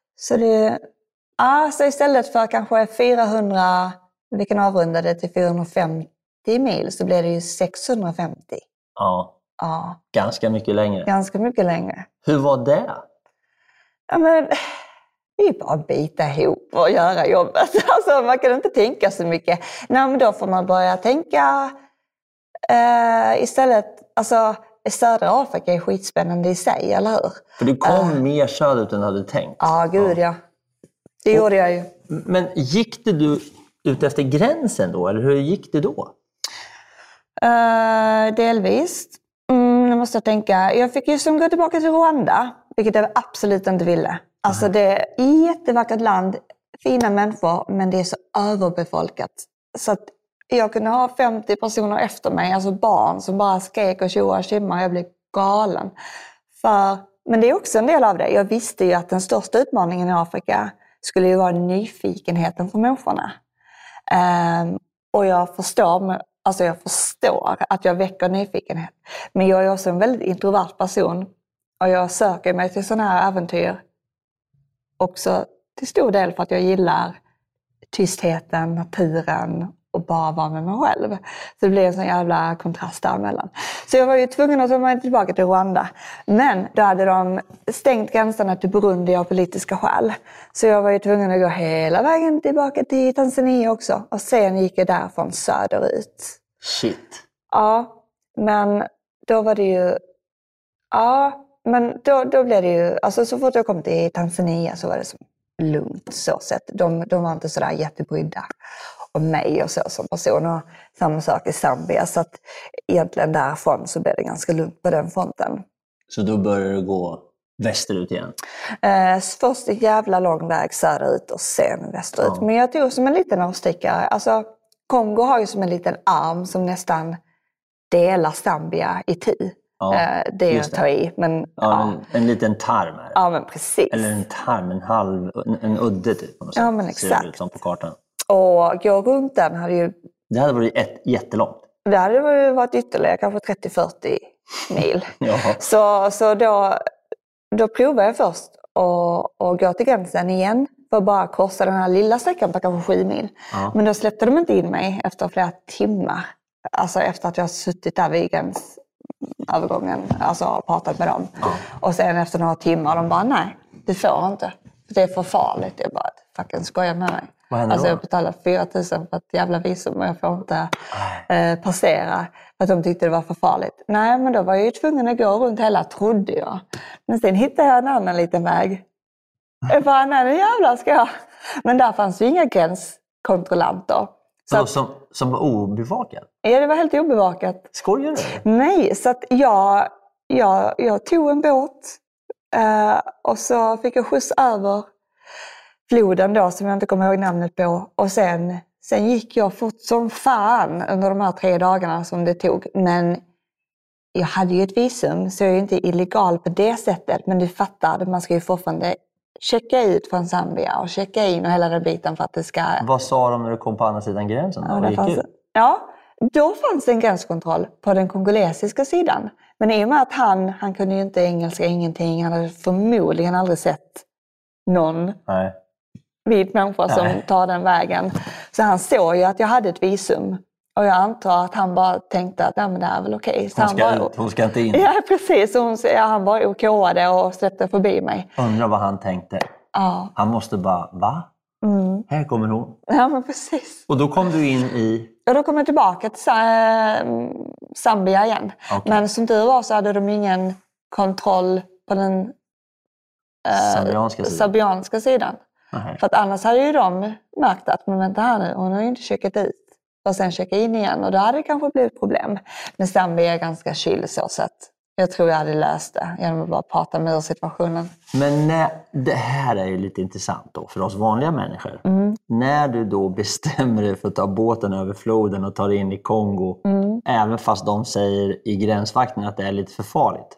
Så istället för kanske 400, vi kan avrunda det till 450 mil, så blir det ju 650. Ja. Ganska mycket längre. Ganska mycket längre. Hur var det? Ja, men vi bara bita ihop och göra jobbet. Alltså, man kan inte tänka så mycket. Nej, men då får man börja tänka istället. Alltså, södra Afrika är skitspännande i sig, eller hur? För du kom mer söderut än du hade tänkt. Ja, gud ja. Det gjorde jag ju. Men gick du ut efter gränsen då? Eller hur gick det då? Delvis. Nu måste jag tänka. Jag fick ju som gå tillbaka till Rwanda, vilket jag absolut inte ville. Alltså det är ett jättevackert land, fina människor, men det är så överbefolkat. Så att jag kunde ha 50 personer efter mig, alltså barn som bara skrek och tjoade och tjimmade. Jag blev galen. Men det är också en del av det. Jag visste ju att den största utmaningen i Afrika skulle ju vara nyfikenheten för människorna. Och jag förstår att jag väcker nyfikenhet. Men jag är också en väldigt introvert person. Och jag söker mig till sådana här äventyr. Också till stor del för att jag gillar tystheten, naturen och bara vara med mig själv. Så det blev en sån jävla kontrast däremellan. Så jag var ju tvungen att ta mig tillbaka till Rwanda. Men då hade de stängt gränserna till Burundi av politiska skäl. Så jag var ju tvungen att gå hela vägen tillbaka till Tanzania också. Och sen gick jag därifrån söderut. Shit. Ja, men då var det ju... Ja, men då blev det ju... Alltså så fort jag kom till Tanzania så var det som lugnt så sett. De var inte sådär jättebrydda om mig och så som person. Och samma sak i Zambia. Så att egentligen därifrån så blev det ganska lugnt på den fronten. Så då började du gå västerut igen? Först en jävla lång väg söderut och sen västerut. Ja. Men jag tog som en liten avstickare. Alltså Kongo har ju som en liten arm som nästan delar Zambia i 10. Ja, det jag tar i. Men, en liten tarm här. Ja, men precis. Eller en tarm, en udde typ. På något sätt. Ja, men exakt. Ser det ut som på kartan. Och gå runt den hade ju... Det hade varit jättelångt. Det hade ju varit ytterligare kanske 30-40 mil. Så då provade jag först att gå till gränsen igen. För att bara korsa den här lilla sträckan på kanske 7 mil. Ja. Men då släppte de inte in mig efter flera timmar. Alltså efter att jag suttit där vid gränsövergången. Alltså pratat med dem. Ja. Och sen efter några timmar de bara, nej, du får inte. Det är för farligt. Jag bara, fucking skojar med mig. Alltså jag betalade 4 000 för ett jävla visum och jag får inte passera. För att de tyckte det var för farligt. Nej, men då var jag ju tvungen att gå runt hela, trodde jag. Men sen hittade jag en annan liten väg. Jag bara, nej, nu jävlar ska jag. Men där fanns ju inga gränskontrollanter. Som var obevakat? Ja, det var helt obevakat. Skojar du? Nej, så att jag tog en båt och så fick jag skjuts över floden då som jag inte kommer ihåg namnet på. Och sen gick jag fort som fan under de här 3 dagarna som det tog. Men jag hade ju ett visum så jag är inte illegal på det sättet. Men du fattar, man ska ju fortfarande checka ut från Zambia och checka in och hela den biten för att det ska... Vad sa de när du kom på andra sidan gränsen? Då fanns det en gränskontroll på den kongolesiska sidan. Men i och med att han kunde ju inte engelska, ingenting. Han hade förmodligen aldrig sett någon vit människa som tar den vägen. Så han såg ju att jag hade ett visum. Och jag antar att han bara tänkte att men det är väl okej. Så hon ska inte in. Ja, precis. Han bara okade och släppte förbi mig. Undrar vad han tänkte. Ja. Han måste bara, va? Här kommer hon. Ja, men precis. Och då kom du in i... Och då kom jag tillbaka till Zambia igen. Okay. Men som tur var så hade de ingen kontroll på den zambianska sidan. För att annars hade ju de märkt att men vänta här nu, hon har ju inte checkat ut. Och sen checka in igen och då hade det kanske blivit problem. Men Zambia är ganska kyl så att jag tror jag hade löst det genom att bara prata med situationen. Men det här är ju lite intressant då för oss vanliga människor. När du då bestämmer dig för att ta båten över floden och ta dig in i Kongo, även fast de säger i gränsvakten att det är lite för farligt.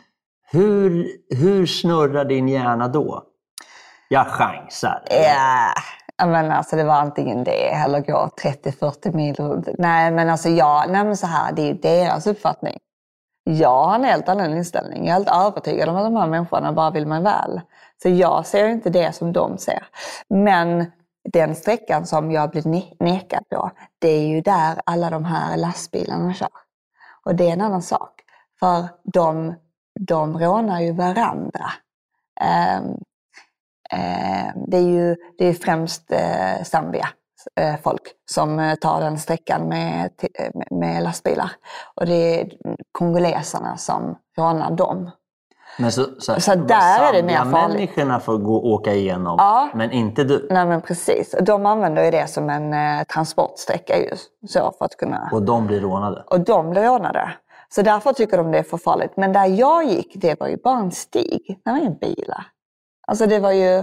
Hur snurrar din hjärna då? Jag chansar. Ja, men alltså det var antingen det eller gå 30-40 mil runt. Nej men alltså så här, det är ju deras uppfattning. Jag har en helt annan inställning. Jag är helt övertygad om att de här människorna bara vill mig väl. Så jag ser inte det som de ser. Men den sträckan som jag blir nekad på, det är ju där alla de här lastbilarna kör. Och det är en annan sak. För de rånar ju varandra. Det är ju främst Zambia folk som tar den sträckan med lastbilar. Och det är kongoleserna som rånar dem. Men så där är det mer farligt. Människorna får åka igenom, men inte du. Nej men precis. De använder ju det som en transportsträcka just. Så för att kunna... Och de blir rånade. Så därför tycker de det är för farligt. Men där jag gick, det var ju bara en stig. Det var ju bilar. Alltså det var ju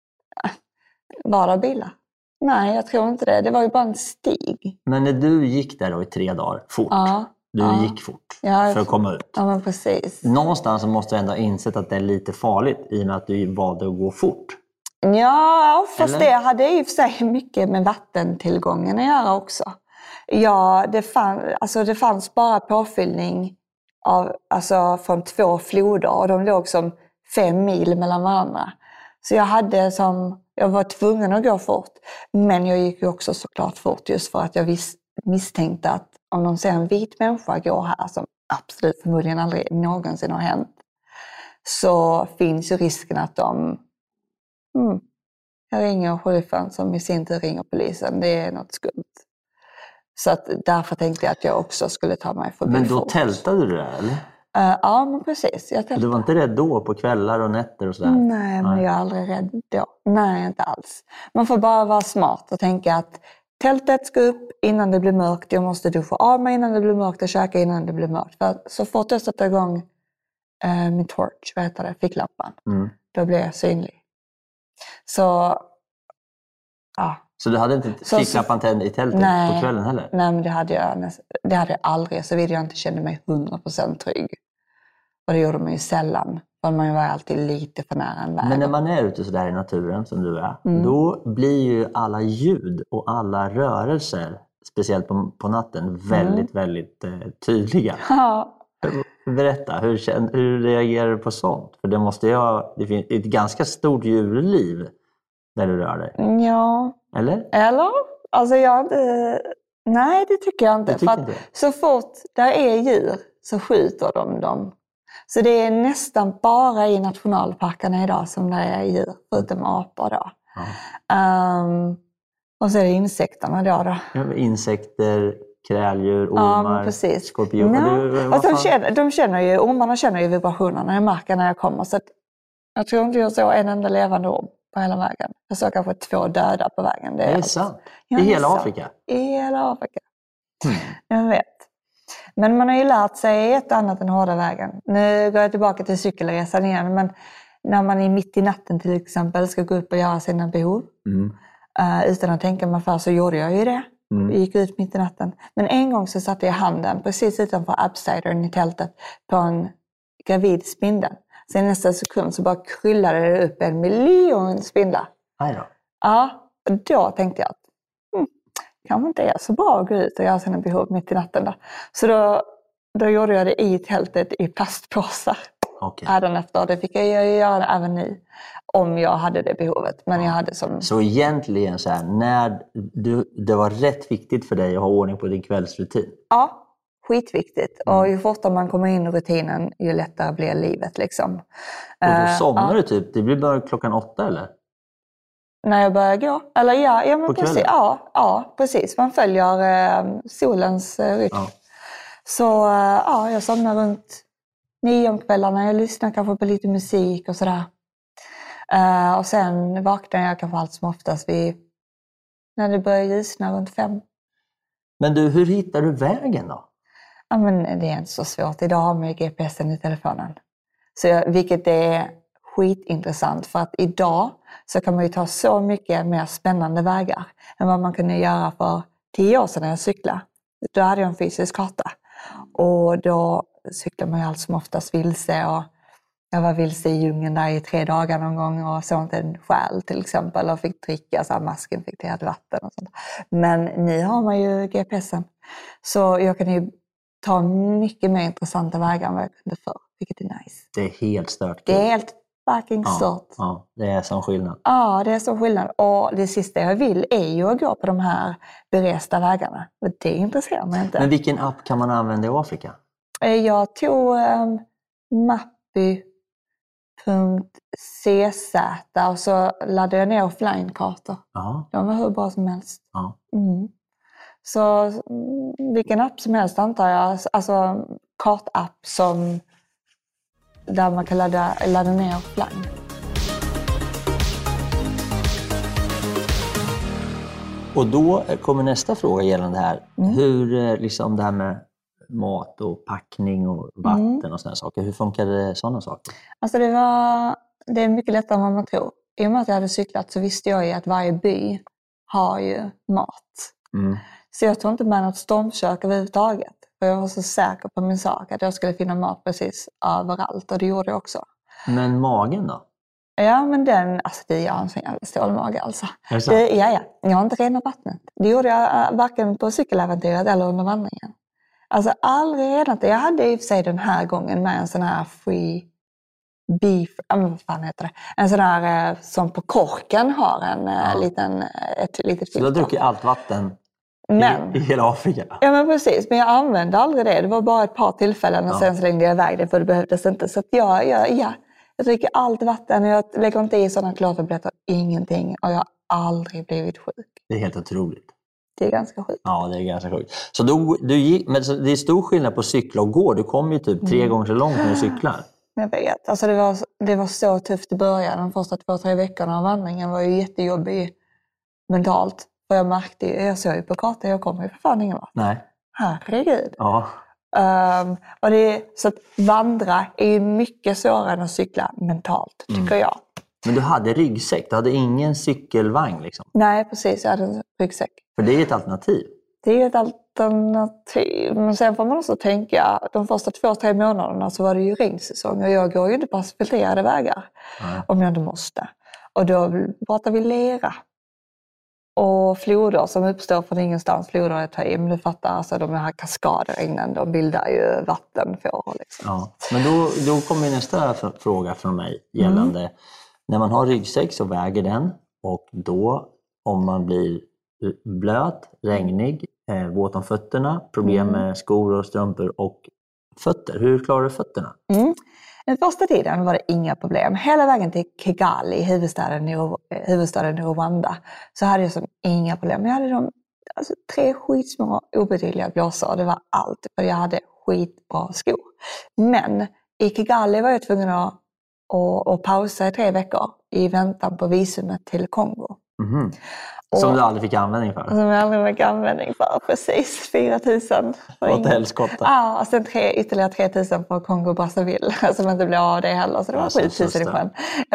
bara bilar. Nej, jag tror inte det. Det var ju bara en stig. Men när du gick där då i 3 dagar, fort. Du gick fort för att komma ut. Ja, men precis. Någonstans så måste du ändå ha insett att det är lite farligt i och med att du valde att gå fort. Ja, fast det hade i och för sig mycket med vattentillgången att göra också. Ja, det fanns bara påfyllning från 2 floder och de låg som 5 mil mellan varandra. Så jag var tvungen att gå fort. Men jag gick ju också såklart fort just för att jag misstänkte att om de ser en vit människa gå här, som absolut förmodligen aldrig någonsin har hänt, så finns ju risken att de jag ringer sheriffen som i sin tur ringer polisen. Det är något skumt. Så att därför tänkte jag att jag också skulle ta mig förbi. Men då tältade du där, eller? Ja, men precis. Jag tältade. Du var inte rädd då på kvällar och nätter och sådär? Nej, men jag är aldrig rädd då. Nej, inte alls. Man får bara vara smart och tänka att tältet ska upp innan det blir mörkt. Jag måste duscha av mig innan det blir mörkt och käka innan det blir mörkt. För så fort jag sätter igång min torch, ficklampan, då blir jag synlig. Så, ja. Så du hade inte ficklampan tänd i tältet på kvällen heller? Nej, men det hade jag aldrig. Så vill jag inte känna mig 100% trygg. Och det gjorde man ju sällan. För man var alltid lite för nära en väg. Men när man är ute sådär i naturen som du är, då blir ju alla ljud och alla rörelser, speciellt på natten, väldigt, väldigt tydliga. Ja. Berätta, hur reagerar du på sånt? För det finns ett ganska stort djurliv där du rör dig. Ja. Eller? Alltså nej, det tycker jag inte. För att så fort där är djur så skjuter de dem. Så det är nästan bara i nationalparkerna idag som det är djur, förutom apor då. Och så är det insekterna då. Ja, insekter, kräldjur, ormar, skorpioner. Ormarna känner ju vibrationerna i marken när jag kommer. Så jag tror inte jag såg en enda levande orm på hela vägen. Jag såg kanske 2 döda på vägen. Det är sant. I hela Afrika? I hela Afrika. Jag vet. Men man har ju lärt sig ett annat än hårda vägen. Nu går jag tillbaka till cykelresan igen. Men när man är mitt i natten till exempel ska gå upp och göra sina behov. Utan att tänka mig för så gjorde jag ju det. gick ut mitt i natten. Men en gång så satte jag handen precis utanför Absidern i tältet på en gravid spindel. Sen nästa sekund så bara kryllade det upp 1 miljon spindlar. Aj då. Ja, och då tänkte jag att kanske inte är så bra att gå ut och göra sina behov mitt i natten. Så då gjorde jag det i tältet i plastpåsar. Hädanefter. Det fick jag göra även nu om jag hade det behovet. Men jag hade som... Så egentligen så här, när det var rätt viktigt för dig att ha ordning på din kvällsrutin? Ja, skitviktigt. Och ju fortare man kommer in i rutinen, ju lättare blir livet liksom. Och då somnar du typ, det blir bara 8 eller? När jag börjar gå? Eller ja men på precis. Ja, precis. Man följer solens rytm. Ja. Så jag somnar runt 9 om kvällarna. Jag lyssnar kanske på lite musik och sådär. Och sen vaknar jag kanske allt som oftast när det börjar ljusna runt 5. Men du, hur hittar du vägen då? Ja, men det är inte så svårt. Idag har man ju GPSen i telefonen. Vilket är skitintressant, för att idag så kan man ju ta så mycket mer spännande vägar än vad man kunde göra för 10 år sedan när jag cyklade. Då hade jag en fysisk karta. Och då cyklade man ju allt som oftast vilse, och jag var vilse i djungeln där i 3 dagar någon gång och såg inte en själ till exempel och fick dricka så här maskinfekterat vatten och sånt. Men nu har man ju GPSen, så jag kan ju ta mycket mer intressanta vägar än vad jag kunde förr, vilket är nice. Det är helt stört. Det är helt fucking stört. Ja, det är som skillnad. Ja, det är som skillnad. Och det sista jag vill är ju att gå på de här beresta vägarna. Och det intresserar mig inte. Men vilken app kan man använda i Afrika? Jag tog Mappy.cz och så laddade jag ner offline-kartor. De var hur bra som helst. Ja. Så vilken app som helst antar jag. Alltså kartapp där man kan ladda ner offline. Och då kommer nästa fråga gällande det här. Hur liksom det här med mat och packning och vatten och sådana saker. Hur funkar det sådana saker? Alltså det är mycket lättare än vad man tror. I och med att jag hade cyklat så visste jag ju att varje by har ju mat. Så jag tog inte med något stormkök överhuvudtaget. För jag var så säker på min sak att jag skulle finna mat precis överallt. Och det gjorde jag också. Men magen då? Ja, men jag har en sån jävla stålmage alltså. Ja. Jag har inte renat vattnet. Det gjorde jag varken på cykeläventyret eller under vandringen. Alltså aldrig renat det. Jag hade i och för sig den här gången med en sån här free beef, vad fan heter det? En sån här som på korken har ett litet filter. Så du har druckit allt vatten i hela Afrika? Ja, men precis. Men jag använde aldrig det. Det var bara ett par tillfällen och sen slängde jag iväg det, för det behövdes inte. Så att jag dricker allt vatten och jag lägger inte i sådana klortabletter, ingenting. Och jag har aldrig blivit sjuk. Det är helt otroligt. Det är ganska sjukt. Ja, det är ganska sjukt. Så du gick, men det är stor skillnad på cykla och gå. Du kom ju typ 3 gånger så långt när du cyklar. Jag vet. Alltså det var så tufft i början. De första 2-3 veckorna av vandringen var ju jättejobbig mentalt. Och jag märkte ju, jag såg ju på kartan, jag kommer ju för fan ingen vart. Nej. Herregud. Ja. Och så att vandra är ju mycket svårare än att cykla mentalt, tycker jag. Men du hade ryggsäck, du hade ingen cykelvagn liksom? Nej, precis. Jag hade en ryggsäck. För det är ett alternativ. Det är ett alternativ. Men sen får man också tänka, de första 2-3 månaderna så var det ju regnsäsong. Och jag går ju inte på asfalterade vägar om jag inte måste. Och då pratar vi lera. Och floder som uppstår från ingenstans, floder är taj, men du fattar, alltså de här kaskaderregnen, de bildar ju vattenfåror liksom. Ja, men då kommer nästa fråga från mig gällande, när man har ryggsäck så väger den, och då om man blir blöt, regnig, våt om fötterna, problem med skor och strumpor och fötter, hur klarar du fötterna? Den första tiden var det inga problem. Hela vägen till Kigali, huvudstaden i Rwanda, så hade jag som inga problem. Jag hade 3 skitsmå obetydliga blåsor. Det var allt. För jag hade skitbra skor. Men i Kigali var jag tvungen att pausa i 3 veckor i väntan på visumet till Kongo. Som du aldrig fick användning för? Som jag aldrig fick användning för, precis. 4 000. Vad helskotta. Ja, och sen ytterligare 3 000 på Kongo-Brazzaville. Som inte blev av det heller, så det var 7 000 i sjön. Jag vet,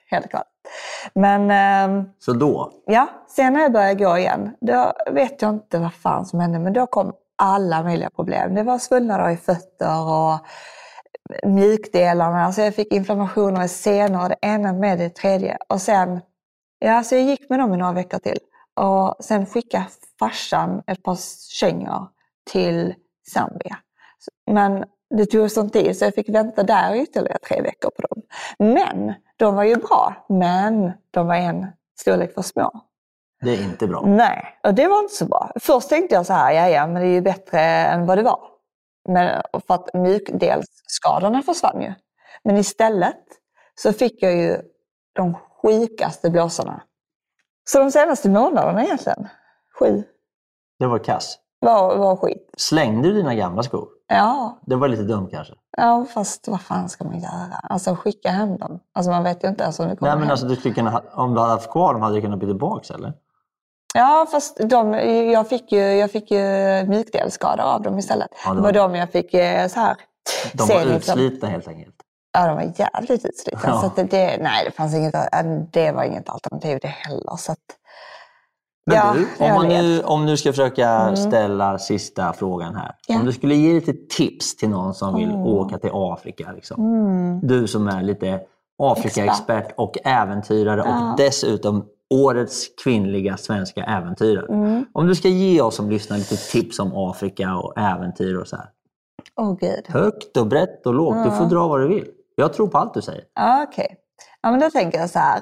helt klart. Men... Så då? Ja, sen när jag började gå igen, då vet jag inte vad fan som hände, men då kom alla möjliga problem. Det var svullnader i fötter och mjukdelarna, alltså jag fick inflammationer i senor och det ena med det tredje. Och sen, ja, så jag gick med dem i några veckor till. Och sen skickade farsan ett par kängor till Zambia. Men det tog sån tid så jag fick vänta där ytterligare 3 veckor på dem. Men de var ju bra, men de var en storlek för små. Det är inte bra. Nej, och det var inte så bra. Först tänkte jag så här, ja, men det är ju bättre än vad det var. Men för att mjukdelsskadorna försvann ju. Men istället så fick jag ju de sjukaste blåsorna. Så de senaste månaderna egentligen, 7. Det var kass. Var skit. Slängde du dina gamla skor? Ja. Det var lite dumt kanske. Ja, fast vad fan ska man göra? Alltså skicka hem dem. Alltså man vet ju inte ens om det kommer Nej, men hem. alltså, du skulle kunna, om du hade haft kvar dem hade du kunnat byta tillbaka, eller? Ja, fast jag fick ju mjukdelsskador av dem istället. Ja, det var de jag fick så här. De var utslitna helt enkelt. Ja, de var jävligt utslitna. Ja. Så att det var inget alternativ det heller. Så att, Men ja, du, om du ska försöka ställa sista frågan här. Ja. Om du skulle ge lite tips till någon som vill åka till Afrika. Liksom. Du som är lite Afrika-expert och äventyrare och dessutom årets kvinnliga svenska äventyrare. Om du ska ge oss som lyssnar lite tips om Afrika och äventyr och så här. Gud. Högt och brett och lågt. Du får dra vad du vill. Jag tror på allt du säger. Okej. Ja, men då tänker jag så här.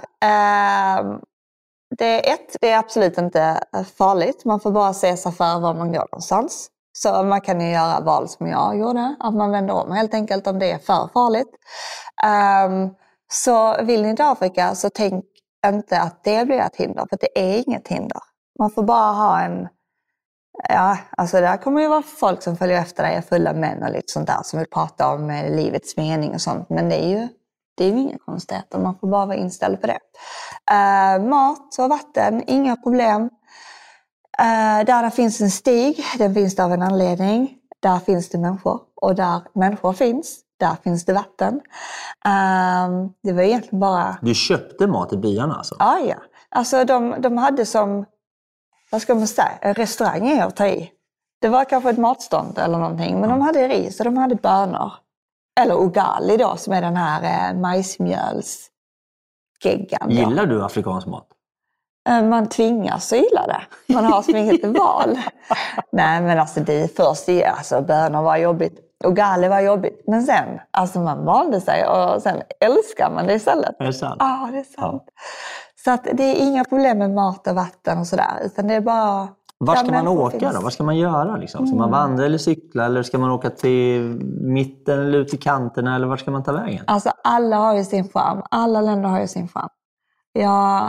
Det är absolut inte farligt. Man får bara se sig för var man går någonstans. Så man kan ju göra val som jag gjorde. Att man vänder om helt enkelt om det är för farligt. Så vill ni till Afrika så tänk inte att det blir ett hinder. För det är inget hinder. Man får bara ha en... Ja, alltså där kommer ju vara folk som följer efter dig, fulla män och lite sånt där som vill prata om livets mening och sånt. Men det är ju inga konstigheter, man får bara vara inställd på det. Mat och vatten, inga problem. Där det finns en stig, den finns av en anledning. Där finns det människor och där människor finns, där finns det vatten. Det var egentligen bara... Du köpte mat i byarna alltså? Ja. Alltså de hade som... Vad ska man säga? Restaurang är att ta i. Det var kanske ett matstånd eller någonting. Men de hade ris och de hade bönor. Eller ugali då, som är den här majsmjölsgeggan. Gillar du afrikansk mat? Man tvingas att gilla det. Man har som inget val. Nej, men alltså bönor var jobbigt. Ugali var jobbigt. Men sen, alltså man valde sig och sen älskar man det istället. Är det sant? Ja, det är sant. Ja. Så att det är inga problem med mat och vatten och sådär. Utan det är bara... Var ska man åka då? Vad ska man göra? Liksom? Ska man vandra eller cykla? Eller ska man åka till mitten eller ut till kanterna? Eller var ska man ta vägen? Alltså alla har ju sin charm. Alla länder har ju sin charm. Jag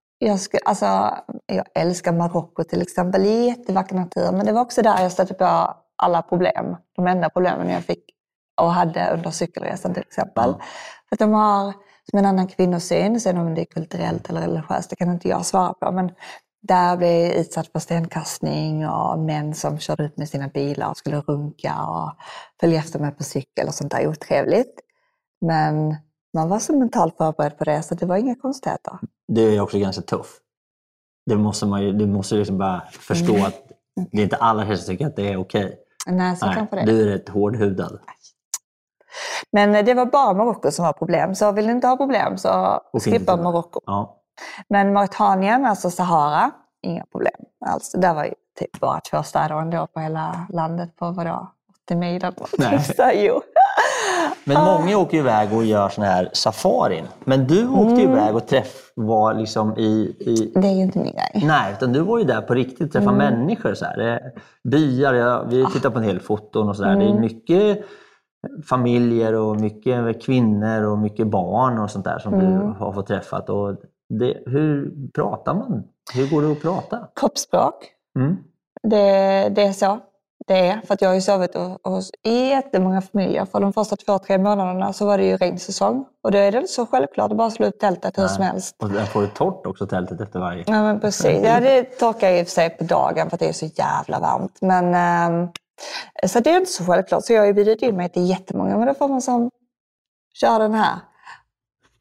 älskar Marocko till exempel. Det är jättevacker natur. Men det var också där jag stötte på alla problem. De enda problemen jag fick och hade under cykelresan till exempel. För att de har som en annan kvinnosyn. Sen om det är kulturellt eller religiöst, det kan inte jag svara på. Men där blev jag utsatt för stenkastning och män som körde ut med sina bilar och skulle runka och följa efter mig på cykel och sånt där otrevligt. Men man var så mentalt förberedd på det så det var inga konstigheter. Det är också ganska tuff. Du måste liksom bara förstå att det är inte alla som tycker att det är okej. Nej, så kanske det. Du är rätt hårdhudad. Men det var bara Marocko som var problem. Så vill du inte ha problem så skippa Marocko. Ja. Men Mauritanien, alltså Sahara, inga problem alls. Där var ju typ bara 2 städer ändå på hela landet på 80 mil eller Men många åker ju iväg och gör sån här safarin. Men du åkte ju iväg och var liksom i... Det är ju inte min grej. Nej, utan du var ju där på riktigt, träffa människor så här. Byar, vi tittar på en hel foton och sådär. Det är mycket familjer och mycket kvinnor och mycket barn och sånt där som du har fått träffat. Och hur pratar man? Hur går det att prata? Kroppsspråk. Det är så. Det är för att jag har ju sovit hos jättemånga familjer. För de första 2-3 månaderna så var det ju regnsäsong. Och då är det så självklart att bara slå upp tältet hur som helst. Och där får du torrt också tältet efter varje. Ja, men precis. Ja, det torkar i och för sig på dagen för att det är så jävla varmt. Men så det är inte så självklart. Så jag har ju bjudit in mig till jättemånga. Men då får man som köra den här.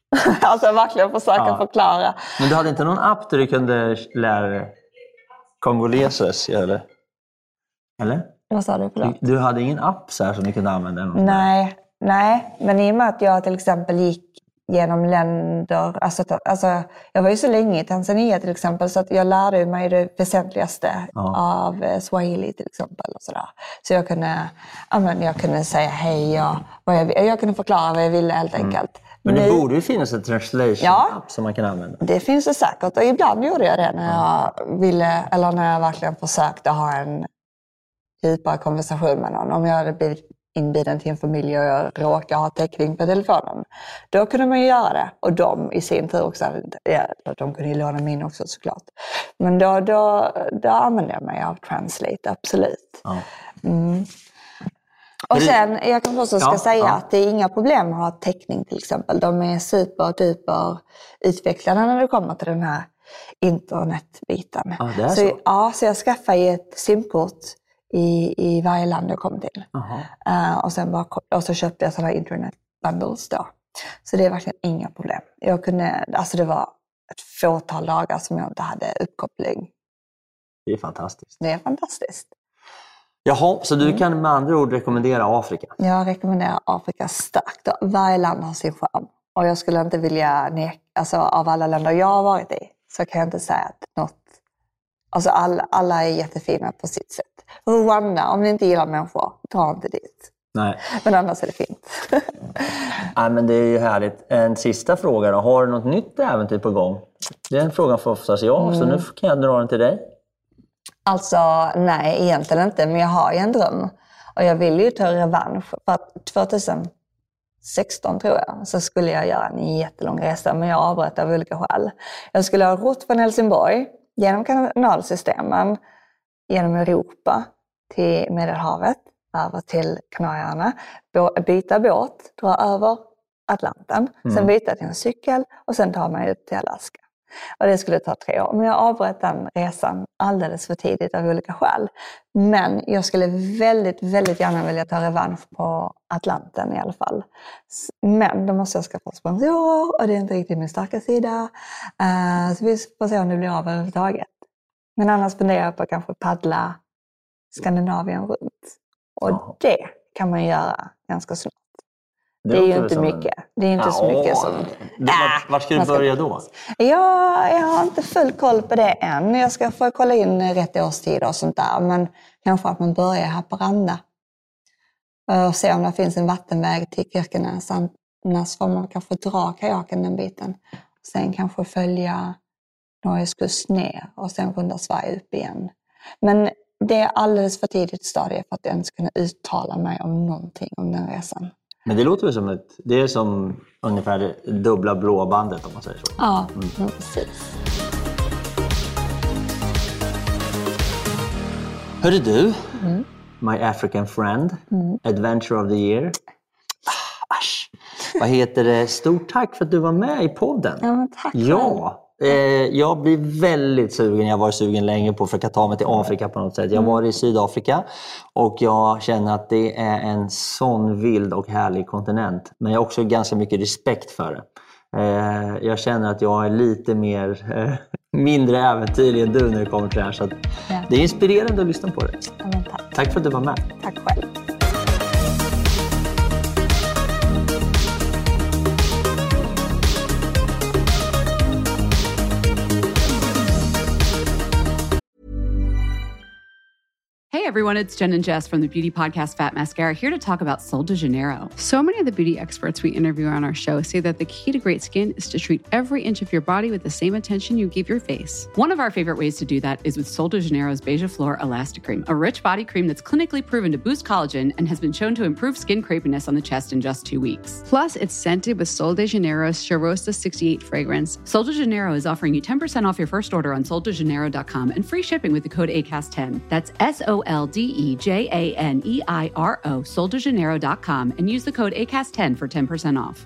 Alltså verkligen försöka förklara. Men du hade inte någon app där du kunde lära dig kongoleses, eller? Vad sa du? Förlåt? Du hade ingen app så här som du kunde använda? Nej, men i och med att jag till exempel gick genom länder, alltså jag var ju så länge i Tanzania till exempel, så att jag lärde mig det väsentligaste av Swahili till exempel och sådär. Så jag kunde säga hej jag kunde förklara vad jag ville helt enkelt. Men det borde ju finnas en translation-app som man kan använda. Det finns det säkert, och ibland gjorde jag det när jag ville, eller när jag verkligen försökte ha en djupare konversation med någon. Om jag hade blivit inbjuden till en familj och jag råkade ha täckning på telefonen. Då kunde man ju göra det. Och de i sin tur också, de kunde ju låna min också såklart. Men då använde jag mig av Translate, absolut. Ja. Och sen, jag kan också säga att det är inga problem att ha täckning till exempel. De är superduper utvecklade när det kommer till den här internetbiten. Ja, det är så jag skaffade ett simkort i varje land jag kom till. Och så köpte jag sådana internet bundles då. Så det är verkligen inga problem. Det var ett fåtal dagar som jag inte hade uppkoppling. Det är fantastiskt. Det är fantastiskt. Jaha, så du kan med andra ord rekommendera Afrika? Jag rekommenderar Afrika starkt. Varje land har sin charm. Och jag skulle inte vilja av alla länder jag har varit i, så kan jag inte säga att något... Alltså alla är jättefina på sitt sätt. Rwanda, om ni inte gillar människor, ta inte dit. Nej. Men annars är det fint. Nej, men det är ju härligt. En sista fråga då. Har du något nytt äventyr på gång? Det är en fråga för oftast så nu kan jag dra den till dig. Alltså, nej, egentligen inte. Men jag har ju en dröm. Och jag vill ju ta revansch. För att 2016 tror jag, så skulle jag göra en jättelång resa. Men jag avbröt av olika skäl. Jag skulle ha rott från Helsingborg, genom kanalsystemen, genom Europa till Medelhavet, över till Kanarieöarna, byta båt, dra över Atlanten, sen byta till en cykel och sen ta mig ut till Alaska. Och det skulle ta 3 år. Men jag avbröt den resan alldeles för tidigt av olika skäl. Men jag skulle väldigt, väldigt gärna vilja ta revansch på Atlanten i alla fall. Men då måste jag skaffa sponsor och det är inte riktigt min starka sida. Så vi får se om det blir av överhuvudtaget. Men annars funderar jag på att kanske paddla Skandinavien runt. Och det kan man göra ganska snart. Det är ju inte mycket. Det är inte så mycket som... Var ska du börja då? Jag har inte full koll på det än. Jag ska få kolla in rätt årstider och sånt där. Men kanske att man börjar i Haparanda. Och se om det finns en vattenväg till Kirkenes. Annars får man kanske dra kajaken den biten. Sen kanske följa Norges kust ner och sen runda Sverige upp igen. Men det är alldeles för tidigt stadie för att jag ens kunna uttala mig om någonting om den resan. Men det låter ju som det är som ungefär det dubbla blåbandet om man säger så. Ja, precis. Hörru du, My African Friend, Adventure of the Year. Vad heter det? Stort tack för att du var med i podden. Ja, men tack. Ja. Jag blir väldigt sugen. Jag har varit sugen länge på att försöka ta mig till Afrika på något sätt. Jag var i Sydafrika och jag känner att det är en sån vild och härlig kontinent. Men jag har också ganska mycket respekt för det. Jag känner att jag är lite mindre äventyrlig än du när det kommer till det här. Så att det är inspirerande att lyssna på det. Ja, men tack. Tack för att du var med. Tack själv. Hey everyone, it's Jen and Jess from the beauty podcast Fat Mascara here to talk about Sol de Janeiro. So many of the beauty experts we interview on our show say that the key to great skin is to treat every inch of your body with the same attention you give your face. One of our favorite ways to do that is with Sol de Janeiro's Beija Flor Elastic Cream, a rich body cream that's clinically proven to boost collagen and has been shown to improve skin crepiness on the chest in just 2 weeks. Plus, it's scented with Sol de Janeiro's Charosta 68 fragrance. Sol de Janeiro is offering you 10% off your first order on soldejaneiro.com and free shipping with the code ACAST10. That's SOLDEJANEIRO, soldejaneiro.com, and use the code ACAST10 for 10% off.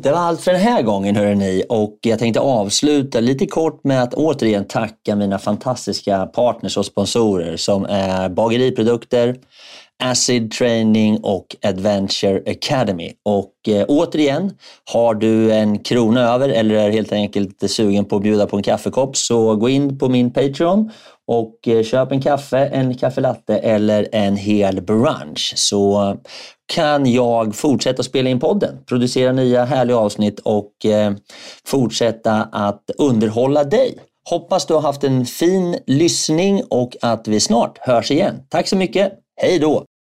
Det var allt för den här gången, hörrni, och jag tänkte avsluta lite kort med att återigen tacka mina fantastiska partners och sponsorer som är Bageriprodukter, Acid Training och Adventure Academy. Och återigen, har du en krona över eller är helt enkelt sugen på att bjuda på en kaffekopp, så gå in på min Patreon och köp en kaffe, en kaffelatte eller en hel brunch, så kan jag fortsätta spela in podden, producera nya härliga avsnitt och fortsätta att underhålla dig. Hoppas du har haft en fin lyssning och att vi snart hörs igen. Tack så mycket, hej då!